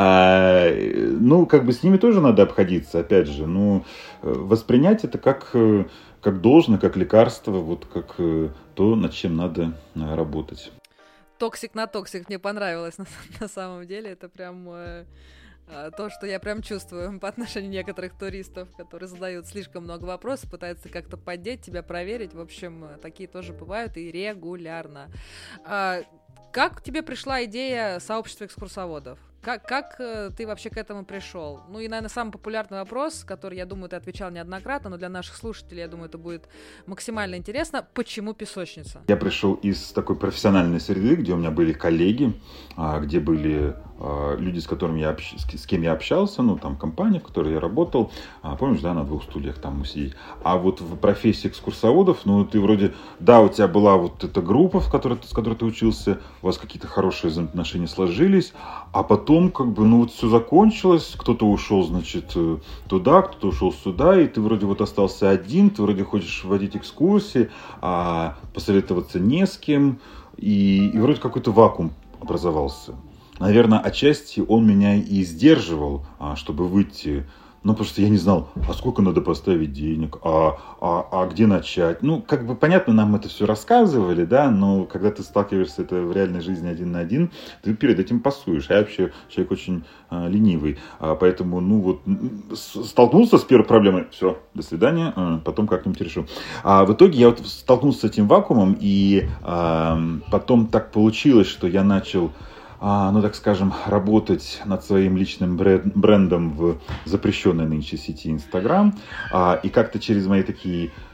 А, ну, как бы с ними тоже надо обходиться, опять же. Ну, воспринять это как, как должно, как лекарство, вот как то, над чем надо работать. Токсик на токсик мне понравилось на, на самом деле. Это прям э, то, что я прям чувствую по отношению некоторых туристов, которые задают слишком много вопросов, пытаются как-то поддеть тебя, проверить. В общем, такие тоже бывают и регулярно. А, как тебе пришла идея сообщества экскурсоводов? Как, как э, ты вообще к этому пришел? Ну и, наверное, самый популярный вопрос, который, я думаю, ты отвечал неоднократно, но для наших слушателей, я думаю, это будет максимально интересно. Почему песочница? Я пришел из такой профессиональной среды, где у меня были коллеги, где были люди, с которыми я общ... с кем я общался, ну, там, компания, в которой я работал, помнишь, да, на двух стульях там сидеть. А вот в профессии экскурсоводов, ну, ты вроде, да, у тебя была вот эта группа, в которой, с которой ты учился, у вас какие-то хорошие взаимоотношения сложились, а потом, как бы, ну, вот все закончилось, кто-то ушел, значит, туда, кто-то ушел сюда, и ты вроде вот остался один, ты вроде хочешь водить экскурсии, а посоветоваться не с кем, и, и вроде какой-то вакуум образовался. Наверное, отчасти он меня и сдерживал, чтобы выйти. Ну, потому что я не знал, а сколько надо поставить денег, а, а, а где начать. Ну, как бы, понятно, нам это все рассказывали, да, но когда ты сталкиваешься это в реальной жизни один на один, ты перед этим пасуешь. А я вообще человек очень а, ленивый. А, поэтому, ну, вот, столкнулся с первой проблемой, все, до свидания, а, потом как-нибудь решу. А в итоге я вот столкнулся с этим вакуумом, и а, потом так получилось, что я начал... ну, так скажем, работать над своим личным брендом в запрещенной нынче сети Инстаграм. И как-то через мои такие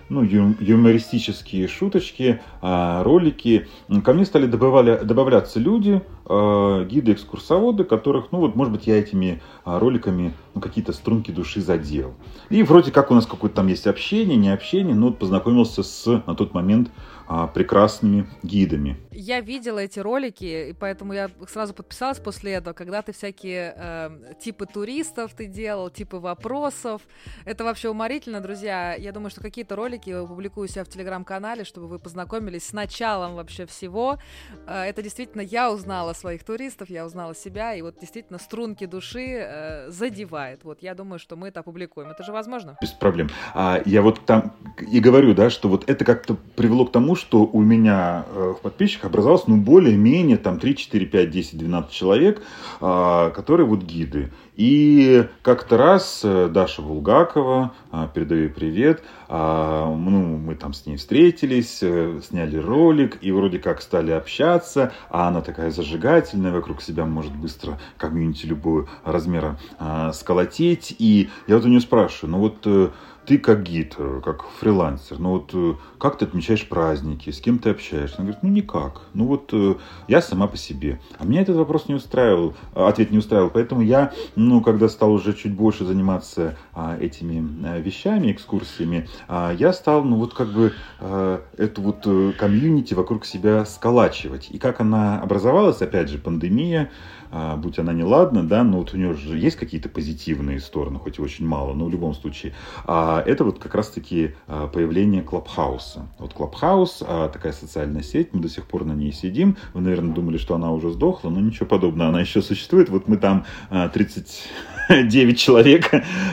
ну, ю- юмористические шуточки, а, ролики. Ко мне стали добавля- добавляться люди, а, гиды-экскурсоводы, которых, ну вот, может быть, я этими а, роликами ну, какие-то струнки души задел. И вроде как у нас какое-то там есть общение, не общение, но вот познакомился с, на тот момент, а, прекрасными гидами. Я видела эти ролики, и поэтому я сразу подписалась после этого, когда ты всякие э, типы туристов ты делал, типы вопросов. Это вообще уморительно, друзья. Я думаю, что какие-то ролики я публикую у себя в Телеграм-канале, чтобы вы познакомились с началом вообще всего. Э, это действительно я узнала своих туристов, я узнала себя, и вот действительно струнки души э, задевает. Вот я думаю, что мы это опубликуем. Это же возможно? Без проблем. А, я вот там и говорю, да, что вот это как-то привело к тому, что у меня э, в подписчиках образовалось, ну, более-менее, там, три, четыре, пять, десять, двенадцать человек, э, которые вот гиды. И как-то раз э, Даша Булгакова, э, передаю ей привет, э, ну, мы там с ней встретились, э, сняли ролик, и вроде как стали общаться, а она такая зажигательная, вокруг себя может быстро комьюнити любого размера э, сколотить. И я вот у нее спрашиваю, ну вот... Э, ты как гид, как фрилансер, ну вот как ты отмечаешь праздники, с кем ты общаешься? Она говорит, ну никак, ну вот я сама по себе. А меня этот вопрос не устраивал, ответ не устраивал, поэтому я, ну, когда стал уже чуть больше заниматься а, этими вещами, экскурсиями, а, я стал, ну вот как бы а, эту вот комьюнити вокруг себя сколачивать. И как она образовалась, опять же, пандемия, а, будь она неладна, да, но вот у нее же есть какие-то позитивные стороны, хоть и очень мало, но в любом случае. А это вот как раз-таки появление Клабхауса. Вот Клабхаус, такая социальная сеть, мы до сих пор на ней сидим. Вы, наверное, думали, что она уже сдохла, но ничего подобного, она еще существует. Вот мы там тридцать девять человек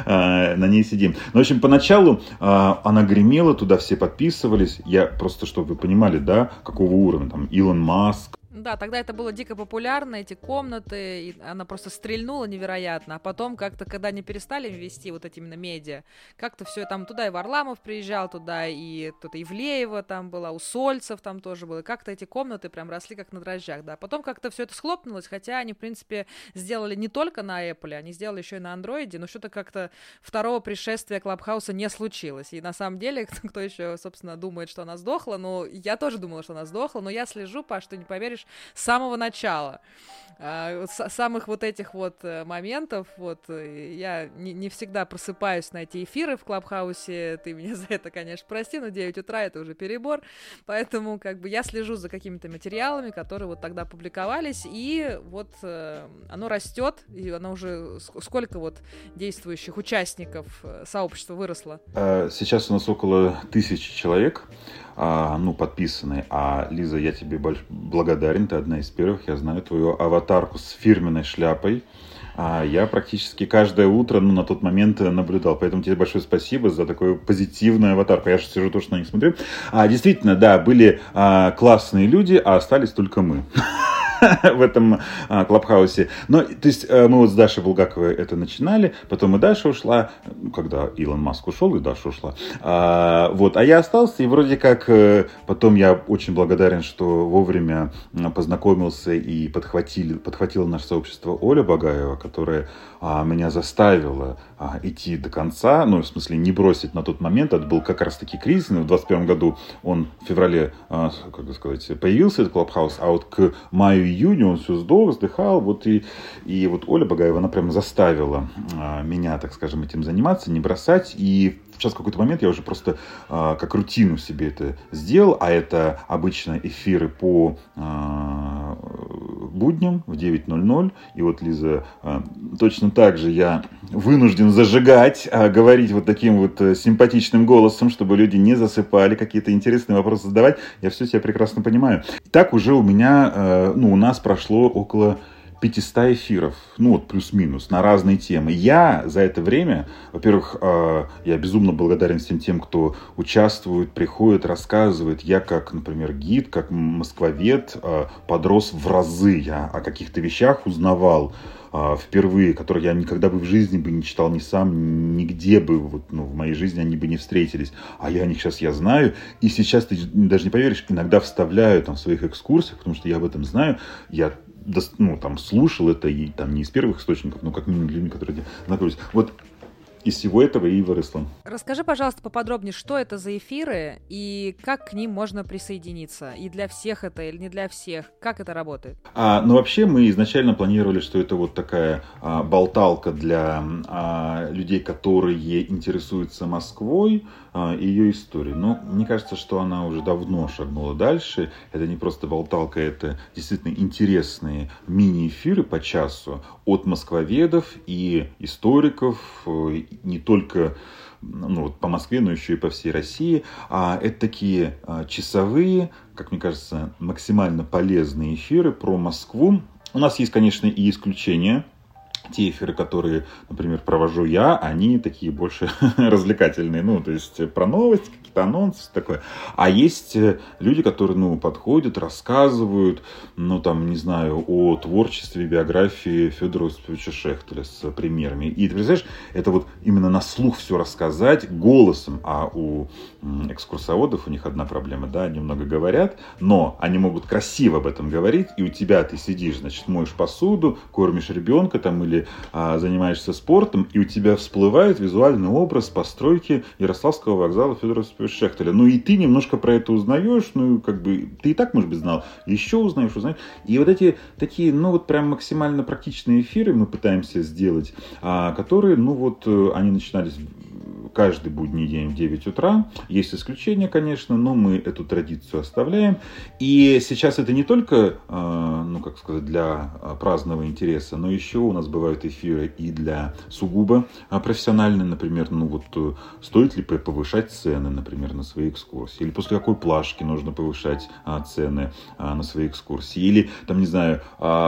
на ней сидим. Ну, в общем, поначалу она гремела, туда все подписывались. Я просто, чтобы вы понимали, да, какого уровня. Там Илон Маск. Да, тогда это было дико популярно, эти комнаты, и она просто стрельнула невероятно, а потом как-то, когда они перестали вести вот эти именно медиа, как-то все там, туда и Варламов приезжал, туда и тут Ивлеева там была, у Сольцев там тоже было, и как-то эти комнаты прям росли как на дрожжах, да, потом как-то все это схлопнулось, хотя они, в принципе, сделали не только на Apple, они сделали еще и на Android, но что-то как-то второго пришествия Клабхауса не случилось, и на самом деле, кто еще, собственно, думает, что она сдохла, ну, я тоже думала, что она сдохла, но я слежу, Паш, ты не поверишь, с самого начала, с самых вот этих вот моментов, вот, я не, не всегда просыпаюсь на эти эфиры в Клабхаусе, ты меня за это, конечно, прости, но девять утра это уже перебор, поэтому, как бы, я слежу за какими-то материалами, которые вот тогда публиковались, и вот оно растет, и оно уже, сколько вот действующих участников сообщества выросло? Сейчас у нас около тысячи человек, ну, подписаны. А, Лиза, я тебе больш... благодарен. Ты одна из первых. Я знаю твою аватарку с фирменной шляпой. А я практически каждое утро, ну, на тот момент наблюдал. Поэтому тебе большое спасибо за такую позитивную аватарку. Я же сижу, тоже на них смотрю. А, действительно, да, были а, классные люди, а остались только мы. в этом а, Клабхаусе. Но, то есть, мы вот с Дашей Булгаковой это начинали, потом и Даша ушла, когда Илон Маск ушел, и Даша ушла. А, вот, а я остался, и вроде как потом я очень благодарен, что вовремя познакомился и подхватили, подхватило наше сообщество Оля Багаева, которая а, меня заставила а, идти до конца, ну, в смысле, не бросить на тот момент. Это был как раз-таки кризис, в двадцать первом году он в феврале, а, как сказать, появился, этот Клабхаус, а вот к маю-июню он все сдох, вздыхал, вот и, и вот Оля Багаева, она прям заставила а, меня, так скажем, этим заниматься, не бросать, и сейчас в какой-то момент я уже просто а, как рутину себе это сделал, а это обычно эфиры по а, будням в девять ноль ноль, и вот, Лиза, а, точно так же я вынужден зажигать, а, говорить вот таким вот симпатичным голосом, чтобы люди не засыпали, какие-то интересные вопросы задавать, я все себя прекрасно понимаю. Так уже у меня, а, ну, у нас прошло около пятьсот эфиров, ну вот плюс-минус, на разные темы. Я за это время, во-первых, я безумно благодарен всем тем, кто участвует, приходит, рассказывает. Я как, например, гид, как москвовед подрос в разы. Я о каких-то вещах узнавал впервые, которые я никогда бы в жизни бы не читал ни сам, нигде бы, вот, ну, в моей жизни они бы не встретились. А я о них сейчас я знаю. И сейчас, ты даже не поверишь, иногда вставляю там в своих экскурсиях, потому что я об этом знаю. Я ну, там, слушал это и там не из первых источников, но как минимум людьми, которые знакомились. Вот из всего этого и выросло. Расскажи, пожалуйста, поподробнее, что это за эфиры и как к ним можно присоединиться? И для всех это или не для всех? Как это работает? А, ну, вообще, мы изначально планировали, что это вот такая а, болталка для а, людей, которые интересуются Москвой а, и ее историей. Но мне кажется, что она уже давно шагнула дальше. Это не просто болталка, это действительно интересные мини-эфиры по часу от москвоведов и историков, не только ну, вот по Москве, но еще и по всей России. А это такие а, часовые, как мне кажется, максимально полезные эфиры про Москву. У нас есть, конечно, и исключения. Те эфиры, которые, например, провожу я, они такие больше развлекательные. Ну, то есть про новости, какие-то анонсы, такое. А есть люди, которые, ну, подходят, рассказывают, ну, там, не знаю, о творчестве, биографии Федора Осиповича Шехтеля с примерами. И ты представляешь, это вот именно на слух все рассказать голосом. А у экскурсоводов у них одна проблема, да, они много говорят, но они могут красиво об этом говорить, и у тебя ты сидишь, значит, моешь посуду, кормишь ребенка там или а, занимаешься спортом, и у тебя всплывает визуальный образ постройки Ярославского вокзала Федора Осиповича Шехтеля. Ну и ты немножко про это узнаешь, ну как бы ты и так, может быть, знал, еще узнаешь, узнаешь. И вот эти такие, ну вот прям максимально практичные эфиры мы пытаемся сделать, а, которые, ну вот, они начинались каждый будний день в девять утра. Есть исключения, конечно, но мы эту традицию оставляем. И сейчас это не только, ну, как сказать, для праздного интереса, но еще у нас бывают эфиры и для сугубо профессиональные. Например, ну вот стоит ли повышать цены, например, на свои экскурсии? Или после какой плашки нужно повышать цены на свои экскурсии? Или, там, не знаю,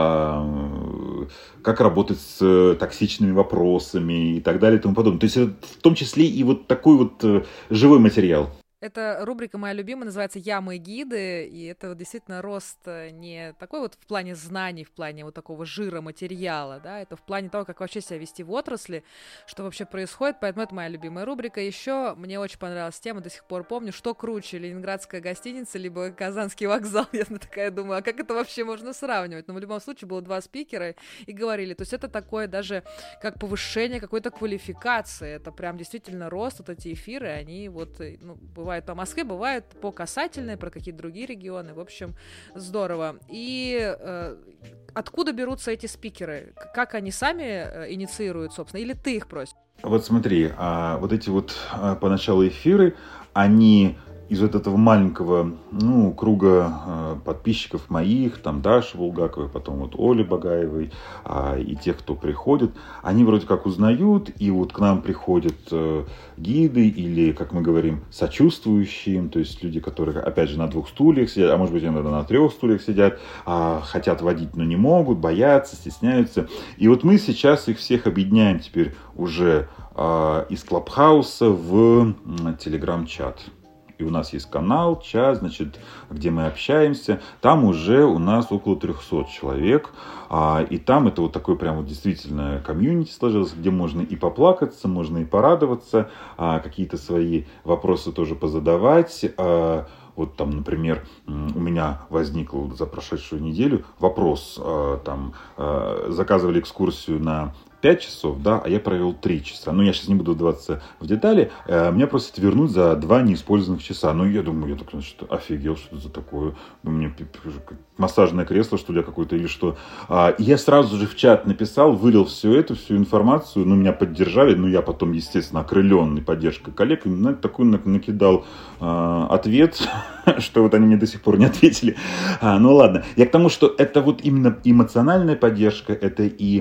как работать с токсичными вопросами и так далее и тому подобное. То есть это в том числе и вот такой вот э, живой материал. Эта рубрика моя любимая, называется «Я, мы гиды», и это вот действительно рост не такой вот в плане знаний, в плане вот такого жира материала, да, это в плане того, как вообще себя вести в отрасли, что вообще происходит, поэтому это моя любимая рубрика. Еще мне очень понравилась тема, до сих пор помню, что круче, ленинградская гостиница, либо Казанский вокзал, я такая думаю, а как это вообще можно сравнивать? Но в любом случае было два спикера и говорили, то есть это такое даже как повышение какой-то квалификации, это прям действительно рост, вот эти эфиры, они вот, ну, бывают по Москве, бывает по касательной, про какие-то другие регионы. В общем, здорово. И э, откуда берутся эти спикеры? Как они сами э, инициируют, собственно? Или ты их просишь? Вот смотри, а, вот эти вот а, поначалу эфиры, они из вот этого маленького, ну, круга э, подписчиков моих, там Даши Булгаковой, потом вот Оли Багаевой, э, и тех, кто приходит, они вроде как узнают, и вот к нам приходят э, гиды или, как мы говорим, сочувствующие, то есть люди, которые, опять же, на двух стульях сидят, а может быть, иногда на трех стульях сидят, э, хотят водить, но не могут, боятся, стесняются. И вот мы сейчас их всех объединяем теперь уже э, из Клабхауса в Телеграм-чат. И у нас есть канал, чат, значит, где мы общаемся. Там уже у нас около триста человек. А, и там это вот такое прям вот действительно комьюнити сложилось, где можно и поплакаться, можно и порадоваться, а, какие-то свои вопросы тоже позадавать. А, вот там, например, у меня возникл за прошедшую неделю вопрос. А, там а, заказывали экскурсию на пять часов, да, а я провел три часа. Ну, я сейчас не буду вдаваться в детали. Э, меня просят вернуть за два неиспользованных часа. Ну, я думаю, я так, значит, офигел, что это за такое. Ну, мне массажное кресло, что ли, какое-то, или что. А, и я сразу же в чат написал, вылил все это, всю информацию. Ну, меня поддержали. Ну, я потом, естественно, окрыленный поддержкой коллег, на такой накидал а, ответ, что вот они мне до сих пор не ответили. А, ну, ладно. Я к тому, что это вот именно эмоциональная поддержка, это и...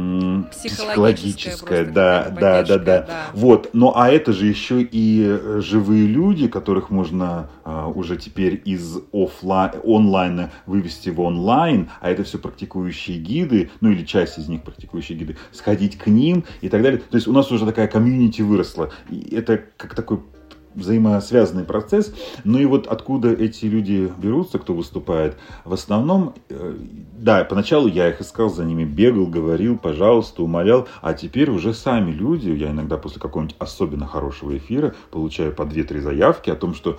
М- психологическая, да, да, да, да, да. Вот, ну а это же еще и живые люди, которых можно а, уже теперь из офлайн, онлайна вывести в онлайн, а это все практикующие гиды, ну или часть из них практикующие гиды, сходить к ним и так далее. То есть у нас уже такая комьюнити выросла. И это как такой взаимосвязанный процесс. Ну и вот откуда эти люди берутся, кто выступает, в основном, э, да, поначалу я их искал, за ними бегал, говорил, пожалуйста, умолял, а теперь уже сами люди, я иногда после какого-нибудь особенно хорошего эфира получаю по две-три заявки о том, что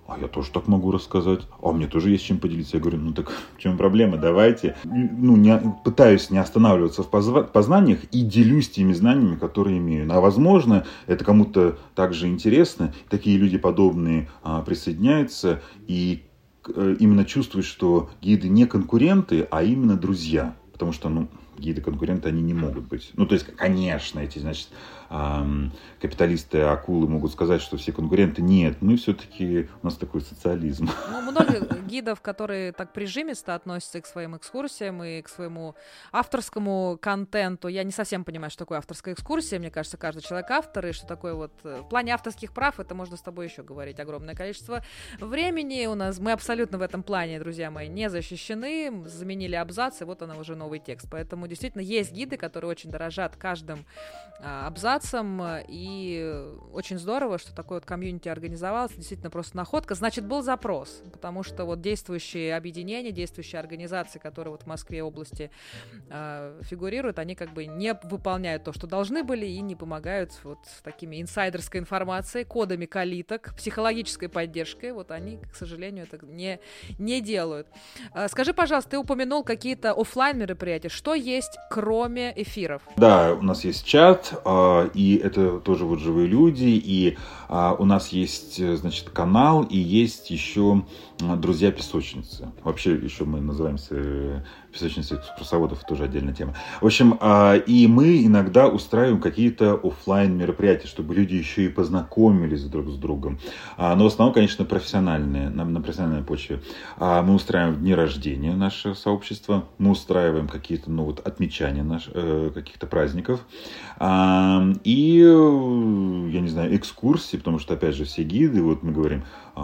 А я тоже так могу рассказать. А мне тоже есть чем поделиться. Я говорю, ну так в чем проблема? Давайте. Ну, не, пытаюсь не останавливаться в позва- познаниях и делюсь теми знаниями, которые имею. А возможно, это кому-то также интересно. Такие люди подобные а, присоединяются и а, именно чувствуют, что гиды не конкуренты, а именно друзья. Потому что, ну, гиды-конкуренты, они не могут быть. Ну, то есть, конечно, эти, значит, эм, капиталисты, акулы могут сказать, что все конкуренты. Нет, мы все-таки, у нас такой социализм. Ну, много гидов, которые так прижимисто относятся к своим экскурсиям и к своему авторскому контенту. Я не совсем понимаю, что такое авторская экскурсия. Мне кажется, каждый человек автор, и что такое вот... В плане авторских прав, это можно с тобой еще говорить огромное количество времени. У нас мы абсолютно в этом плане, друзья мои, не защищены. Заменили абзац, и вот она уже новый текст. Поэтому действительно есть гиды, которые очень дорожат каждым а, абзацем, и очень здорово, что такое вот комьюнити организовалось, действительно просто находка. Значит, был запрос, потому что вот действующие объединения, действующие организации, которые вот в Москве области а, фигурируют, они как бы не выполняют то, что должны были, и не помогают вот такими инсайдерской информацией, кодами калиток, психологической поддержкой. Вот они, к сожалению, это не, не делают. А, скажи, пожалуйста, ты упомянул какие-то офлайн мероприятия. Что есть, кроме эфиров? Да, у нас есть чат, и это тоже вот живые люди, и у нас есть, значит, канал, и есть еще друзья-песочницы. Вообще еще мы называемся песочницы экскурсоводов, тоже отдельная тема. В общем, и мы иногда устраиваем какие-то офлайн мероприятия, чтобы люди еще и познакомились друг с другом. Но в основном, конечно, профессиональные, на, на профессиональной почве. Мы устраиваем дни рождения нашего сообщества, мы устраиваем какие-то, ну вот, отмечания наш, каких-то праздников. И, я не знаю, экскурсии, потому что, опять же, все гиды, вот мы говорим,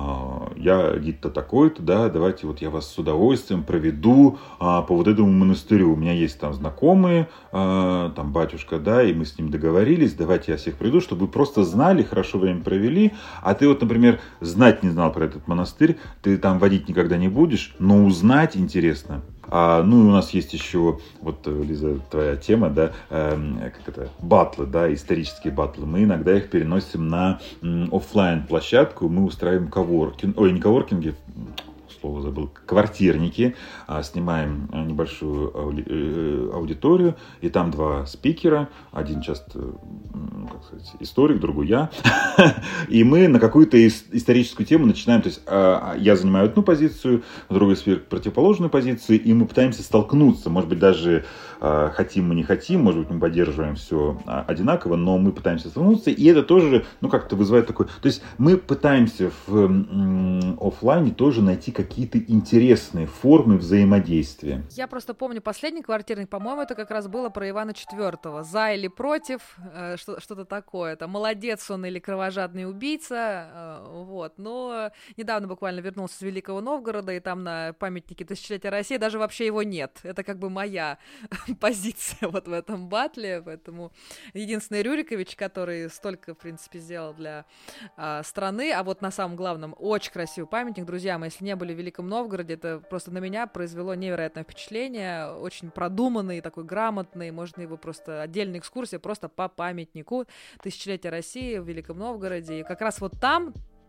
я гид-то такой-то, да, давайте вот я вас с удовольствием проведу а, по вот этому монастырю. У меня есть там знакомые, а, там батюшка, да, и мы с ним договорились, давайте я всех приведу, чтобы вы просто знали, хорошо время провели. А ты вот, например, знать не знал про этот монастырь, ты там водить никогда не будешь, но узнать интересно. А, ну и у нас есть еще, вот, Лиза, твоя тема, да, э, как это, батлы, да, исторические батлы. Мы иногда их переносим на м, офлайн площадку, мы устраиваем коворкинг, ой, не коворкинги, слово забыл, квартирники, а, снимаем небольшую ауди, э, аудиторию, и там два спикера, один часто, ну, как сказать, историк, другой я, и мы на какую-то ис- историческую тему начинаем, то есть э, я занимаю одну позицию, другой спикер противоположную позицию, и мы пытаемся столкнуться, может быть, даже э, хотим мы не хотим, может быть, мы поддерживаем все одинаково, но мы пытаемся столкнуться, и это тоже, ну, как-то вызывает такой, то есть мы пытаемся в м, офлайне тоже найти какие какие-то интересные формы взаимодействия. Я просто помню последний квартирник, по-моему, это как раз было про Ивана четвёртого. За или против, э, что- что-то такое. Там молодец он или кровожадный убийца. э, вот. Но недавно буквально вернулся из Великого Новгорода, и там на памятнике тысячелетия России даже вообще его нет. Это как бы моя позиция вот в этом батле. Поэтому единственный Рюрикович, который столько, в принципе, сделал для а, страны. А вот на самом главном очень красивый памятник. Друзья мои, если не были в Великом Новгороде, это просто на меня произвело невероятное впечатление, очень продуманный, такой грамотный, можно его просто, отдельная экскурсия просто по памятнику тысячелетия России в Великом Новгороде, и как раз вот там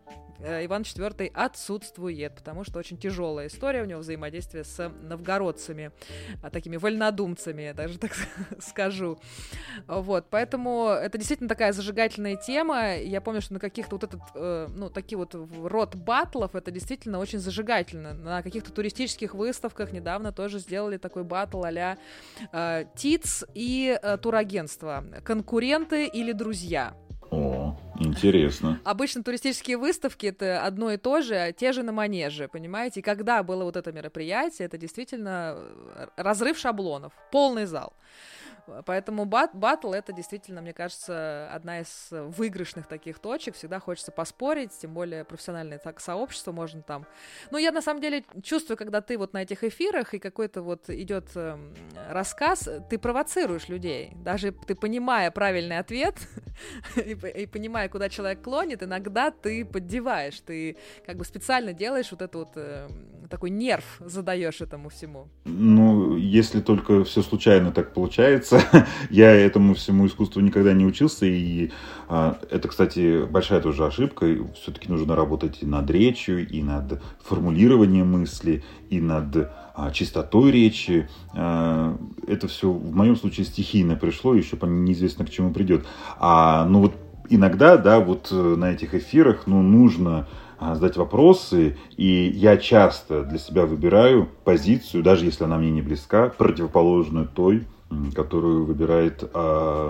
Иван четвёртый отсутствует, потому что очень тяжелая история у него взаимодействие с новгородцами, такими вольнодумцами, я даже так скажу. Вот, поэтому это действительно такая зажигательная тема. Я помню, что на каких-то вот этот, ну, такие вот род баттлов, это действительно очень зажигательно. На каких-то туристических выставках недавно тоже сделали такой баттл а-ля э, ТИЦ и э, турагентство. Конкуренты или друзья? О, интересно. Обычно туристические выставки — это одно и то же, те же на манеже, понимаете? И когда было вот это мероприятие, это действительно разрыв шаблонов, полный зал. Поэтому бат, баттл — это действительно, мне кажется, одна из выигрышных таких точек. Всегда хочется поспорить, тем более профессиональное так сообщество можно там. Ну, я на самом деле чувствую, когда ты вот на этих эфирах и какой-то вот идет э, рассказ, ты провоцируешь людей. Даже ты, понимая правильный ответ и, и понимая, куда человек клонит, иногда ты поддеваешь, ты как бы специально делаешь вот это вот э, такой нерв, задаешь этому всему. Ну, если только все случайно так получается, учился. Я этому всему искусству никогда не учился. И а, это, кстати, большая тоже ошибка. Все-таки нужно работать и над речью, и над формулированием мысли, и над а, чистотой речи. А, это все в моем случае стихийно пришло, еще неизвестно к чему придет. А, ну вот иногда, да, вот на этих эфирах, ну, нужно задать вопросы, и я часто для себя выбираю позицию, даже если она мне не близка, противоположную той, которую выбирает э,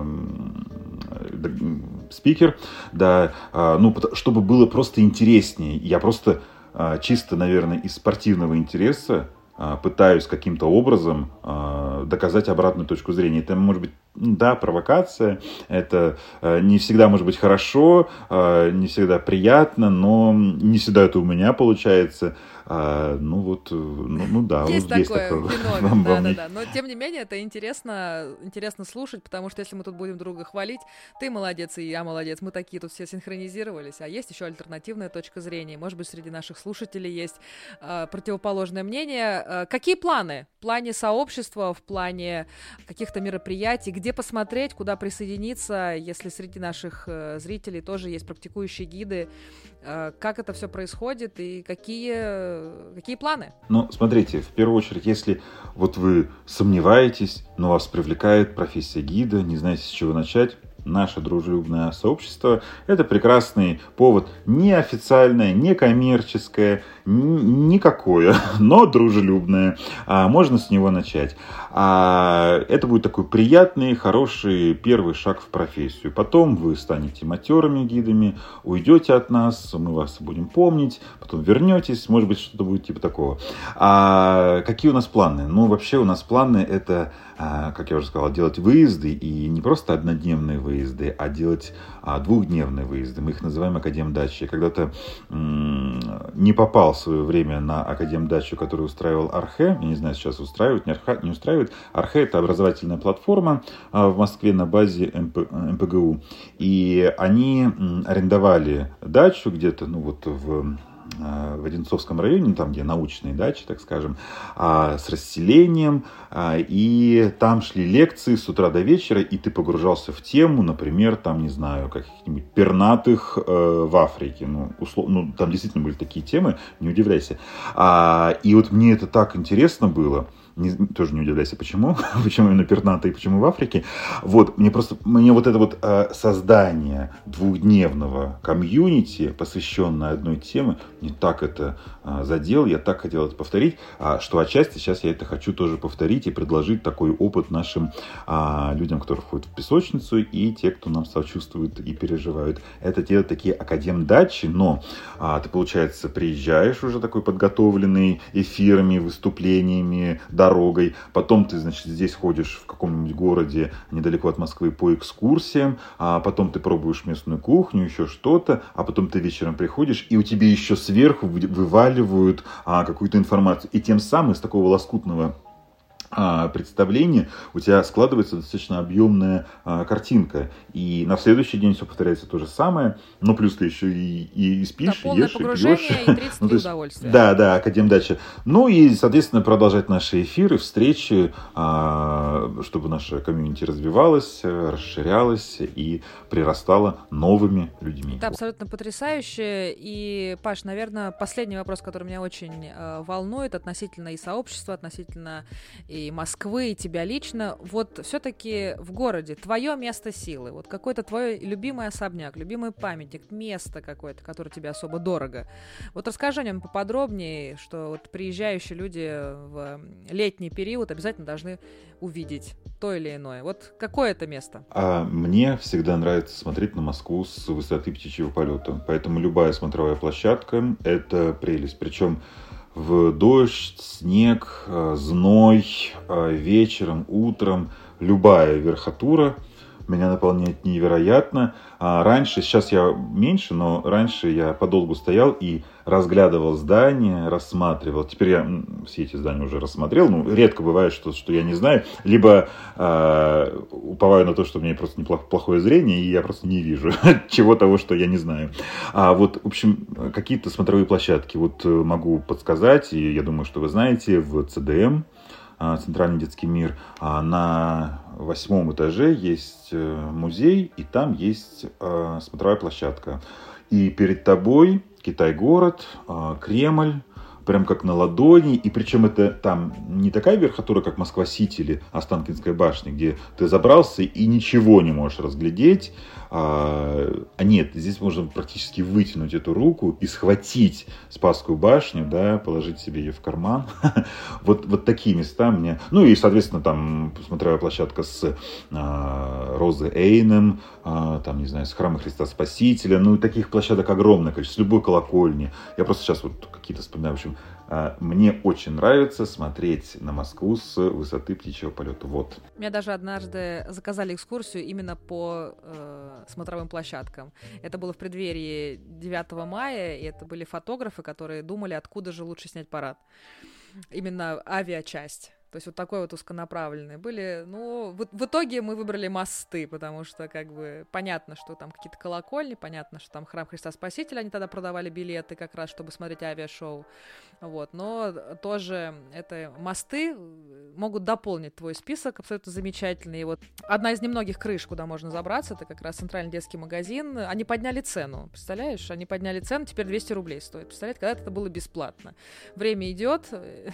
спикер, да, э, ну, чтобы было просто интереснее. Я просто э, чисто, наверное, из спортивного интереса э, пытаюсь каким-то образом э, доказать обратную точку зрения. Это может быть, да, провокация, это э, не всегда может быть хорошо, э, не всегда приятно, но не всегда это у меня получается. А, ну вот, ну, ну да, есть, вот есть такое такое феномен, да, да, да. Но тем не менее это интересно, интересно слушать, потому что если мы тут будем друга хвалить, ты молодец и я молодец, мы такие тут все синхронизировались, а есть еще альтернативная точка зрения. Может быть, среди наших слушателей есть э, противоположное мнение. Э, какие планы? В плане сообщества, в плане каких-то мероприятий, где посмотреть, куда присоединиться, если среди наших э, зрителей тоже есть практикующие гиды, э, как это все происходит и какие Какие планы? Ну, смотрите, в первую очередь, если вот вы сомневаетесь, но вас привлекает профессия гида, не знаете, с чего начать, наше дружелюбное сообщество – это прекрасный повод, не официальное, не коммерческое, никакое, но дружелюбное. А можно с него начать. А это будет такой приятный, хороший первый шаг в профессию. Потом вы станете матерыми гидами, уйдете от нас, мы вас будем помнить, потом вернетесь, может быть, что-то будет типа такого. А какие у нас планы? Ну, вообще у нас планы – это, как я уже сказал, делать выезды, и не просто однодневные выезды, а делать двухдневные выезды. Мы их называем академдачи. Я когда-то м- не попал в свое время на академдачу, которую устраивал Архе. Я не знаю, сейчас устраивают, не, Арха, не устраивают. Архе – это образовательная платформа в Москве на базе эм пэ, эм пэ гэ у. И они арендовали дачу где-то, ну вот в... в Одинцовском районе, там, где научные дачи, так скажем, с расселением, и там шли лекции с утра до вечера, и ты погружался в тему, например, там, не знаю, каких-нибудь пернатых в Африке, ну, условно, ну, там действительно были такие темы, не удивляйся. И вот мне это так интересно было, Не, тоже не удивляйся, почему, почему именно пернатые, почему в Африке. Вот, мне просто, мне вот это вот э, создание двухдневного комьюнити, посвященное одной теме, мне так это э, задело, я так хотел это повторить, э, что отчасти сейчас я это хочу тоже повторить и предложить такой опыт нашим э, людям, которые входят в песочницу, и те, кто нам сочувствует и переживают. Это делать такие академдачи, но э, ты, получается, приезжаешь уже такой подготовленный эфирами, выступлениями, дорогой. Потом ты, значит, здесь ходишь в каком-нибудь городе недалеко от Москвы по экскурсиям, а потом ты пробуешь местную кухню, еще что-то, а потом ты вечером приходишь, и у тебя еще сверху вываливают а, какую-то информацию. И тем самым из такого лоскутного а, представление, у тебя складывается достаточно объемная а, картинка. И на следующий день все повторяется то же самое, но плюс ты еще и, и, и спишь, да, и ешь, и пьешь. И тридцать ну, удовольствия. Да, да, академдача. Ну и, соответственно, продолжать наши эфиры, встречи, а, чтобы наша комьюнити развивалась, расширялась и прирастала новыми людьми. Это абсолютно потрясающе. И, Паш, наверное, последний вопрос, который меня очень э, волнует относительно и сообщества, относительно и Москвы, и тебя лично. Вот все-таки в городе твое место силы, вот какой-то твой любимый особняк, любимый памятник, место какое-то, которое тебе особо дорого. Вот расскажи о нем поподробнее, что вот приезжающие люди в летний период обязательно должны увидеть то или иное. Вот какое это место? А мне всегда нравится смотреть на Москву с высоты птичьего полета. Поэтому любая смотровая площадка – это прелесть. Причем в дождь, снег, зной, вечером, утром, любая верхотура меня наполняет невероятно. А раньше, сейчас я меньше, но раньше я подолгу стоял и разглядывал здания, рассматривал. Теперь я все эти здания уже рассмотрел. Ну, редко бывает, что, что я не знаю. Либо э, уповаю на то, что у меня просто неплохое зрение, и я просто не вижу чего того, что я не знаю. А вот, в общем, какие-то смотровые площадки вот могу подсказать, и я думаю, что вы знаете, в цэ дэ эм, Центральный детский мир, на восьмом этаже есть музей, и там есть смотровая площадка. И перед тобой Китай-город, Кремль, прям как на ладони, и причем это там не такая верхотура, как Москва-Сити или Останкинская башня, где ты забрался и ничего не можешь разглядеть, а, а нет, здесь можно практически вытянуть эту руку и схватить Спасскую башню, да, положить себе ее в карман. Вот, вот такие места мне... Ну и, соответственно, там смотровая площадка с а, Розой Эйном, а, там, не знаю, с Храма Христа Спасителя, ну и таких площадок огромное количество, с любой колокольни. Я просто сейчас вот какие-то вспоминаю, в общем, мне очень нравится смотреть на Москву с высоты птичьего полета. Вот. Меня даже однажды заказали экскурсию именно по э, смотровым площадкам. Это было в преддверии девятого мая, и это были фотографы, которые думали, откуда же лучше снять парад. Именно авиачасть. То есть вот такой вот узконаправленный. Были, ну, в, в итоге мы выбрали мосты, потому что, как бы, понятно, что там какие-то колокольни, понятно, что там Храм Христа Спасителя, они тогда продавали билеты как раз, чтобы смотреть авиашоу. Вот, но тоже это мосты могут дополнить твой список абсолютно замечательный. И вот одна из немногих крыш, куда можно забраться, это как раз центральный детский магазин. Они подняли цену, представляешь? Они подняли цену, теперь двести рублей стоит. Представляете, когда это было бесплатно. Время идет,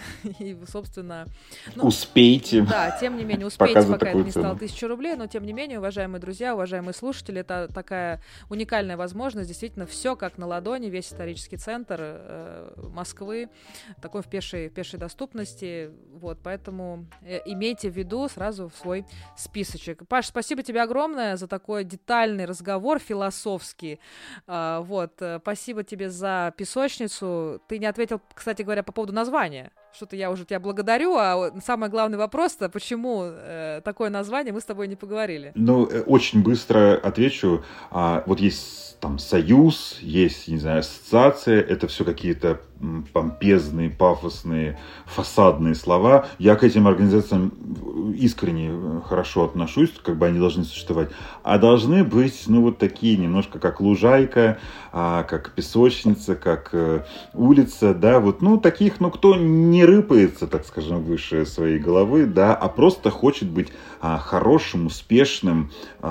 и, собственно... Ну, успейте. Да, тем не менее, успейте, пока это не стало тысяча рублей, но тем не менее, уважаемые друзья, уважаемые слушатели, это такая уникальная возможность, действительно, все как на ладони, весь исторический центр э, Москвы, такой в пешей, пешей доступности, вот, поэтому э, имейте в виду сразу в свой списочек. Паш, спасибо тебе огромное за такой детальный разговор, философский, э, вот, э, спасибо тебе за песочницу, ты не ответил, кстати говоря, по поводу названия. Что-то я уже тебя благодарю, а самый главный вопрос-то, почему э, такое название, мы с тобой не поговорили. Ну, очень быстро отвечу. А, вот есть там союз, есть, не знаю, ассоциация, это все какие-то помпезные, пафосные, фасадные слова. Я к этим организациям искренне хорошо отношусь, как бы они должны существовать. А должны быть, ну, вот такие немножко как лужайка, а, как песочница, как э, улица, да, вот, ну, таких, ну, кто не рыпается, так скажем, выше своей головы, да, а просто хочет быть а, хорошим, успешным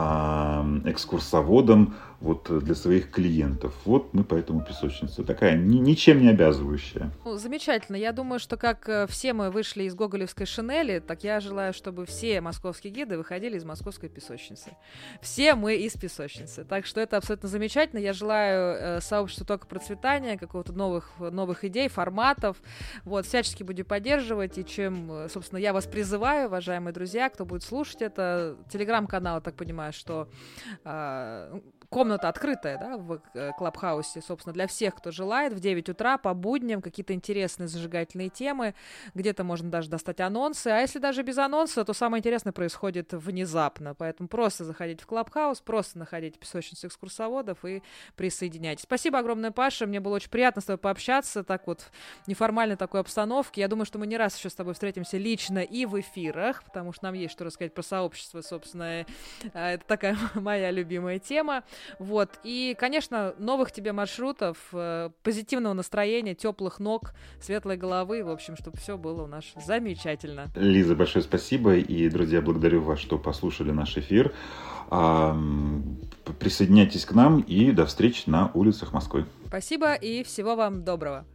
а, экскурсоводом вот для своих клиентов. Вот мы поэтому песочница. Такая ни, ничем не обязывающая. Ну, замечательно. Я думаю, что как все мы вышли из гоголевской шинели, так я желаю, чтобы все московские гиды выходили из московской песочницы. Все мы из песочницы. Так что это абсолютно замечательно. Я желаю э, сообществу только процветания, какого-то новых, новых идей, форматов. Вот, всячески буду поддерживать. И чем, собственно, я вас призываю, уважаемые друзья, кто будет слушать это, телеграм-канал, я так понимаю, что э, комната открытая, да, в Клабхаусе, собственно, для всех, кто желает, в девять утра по будням какие-то интересные зажигательные темы, где-то можно даже достать анонсы, а если даже без анонса, то самое интересное происходит внезапно, поэтому просто заходите в Клабхаус, просто находите песочницу экскурсоводов и присоединяйтесь. Спасибо огромное, Паша, мне было очень приятно с тобой пообщаться, так вот, в неформальной такой обстановке. Я думаю, что мы не раз еще с тобой встретимся лично и в эфирах, потому что нам есть что рассказать про сообщество, собственно, это такая моя любимая тема. Вот, и, конечно, новых тебе маршрутов, э, позитивного настроения, теплых ног, светлой головы, в общем, чтобы все было у нас замечательно. Лиза, большое спасибо, и, друзья, благодарю вас, что послушали наш эфир. А, присоединяйтесь к нам, и до встречи на улицах Москвы. Спасибо, и всего вам доброго.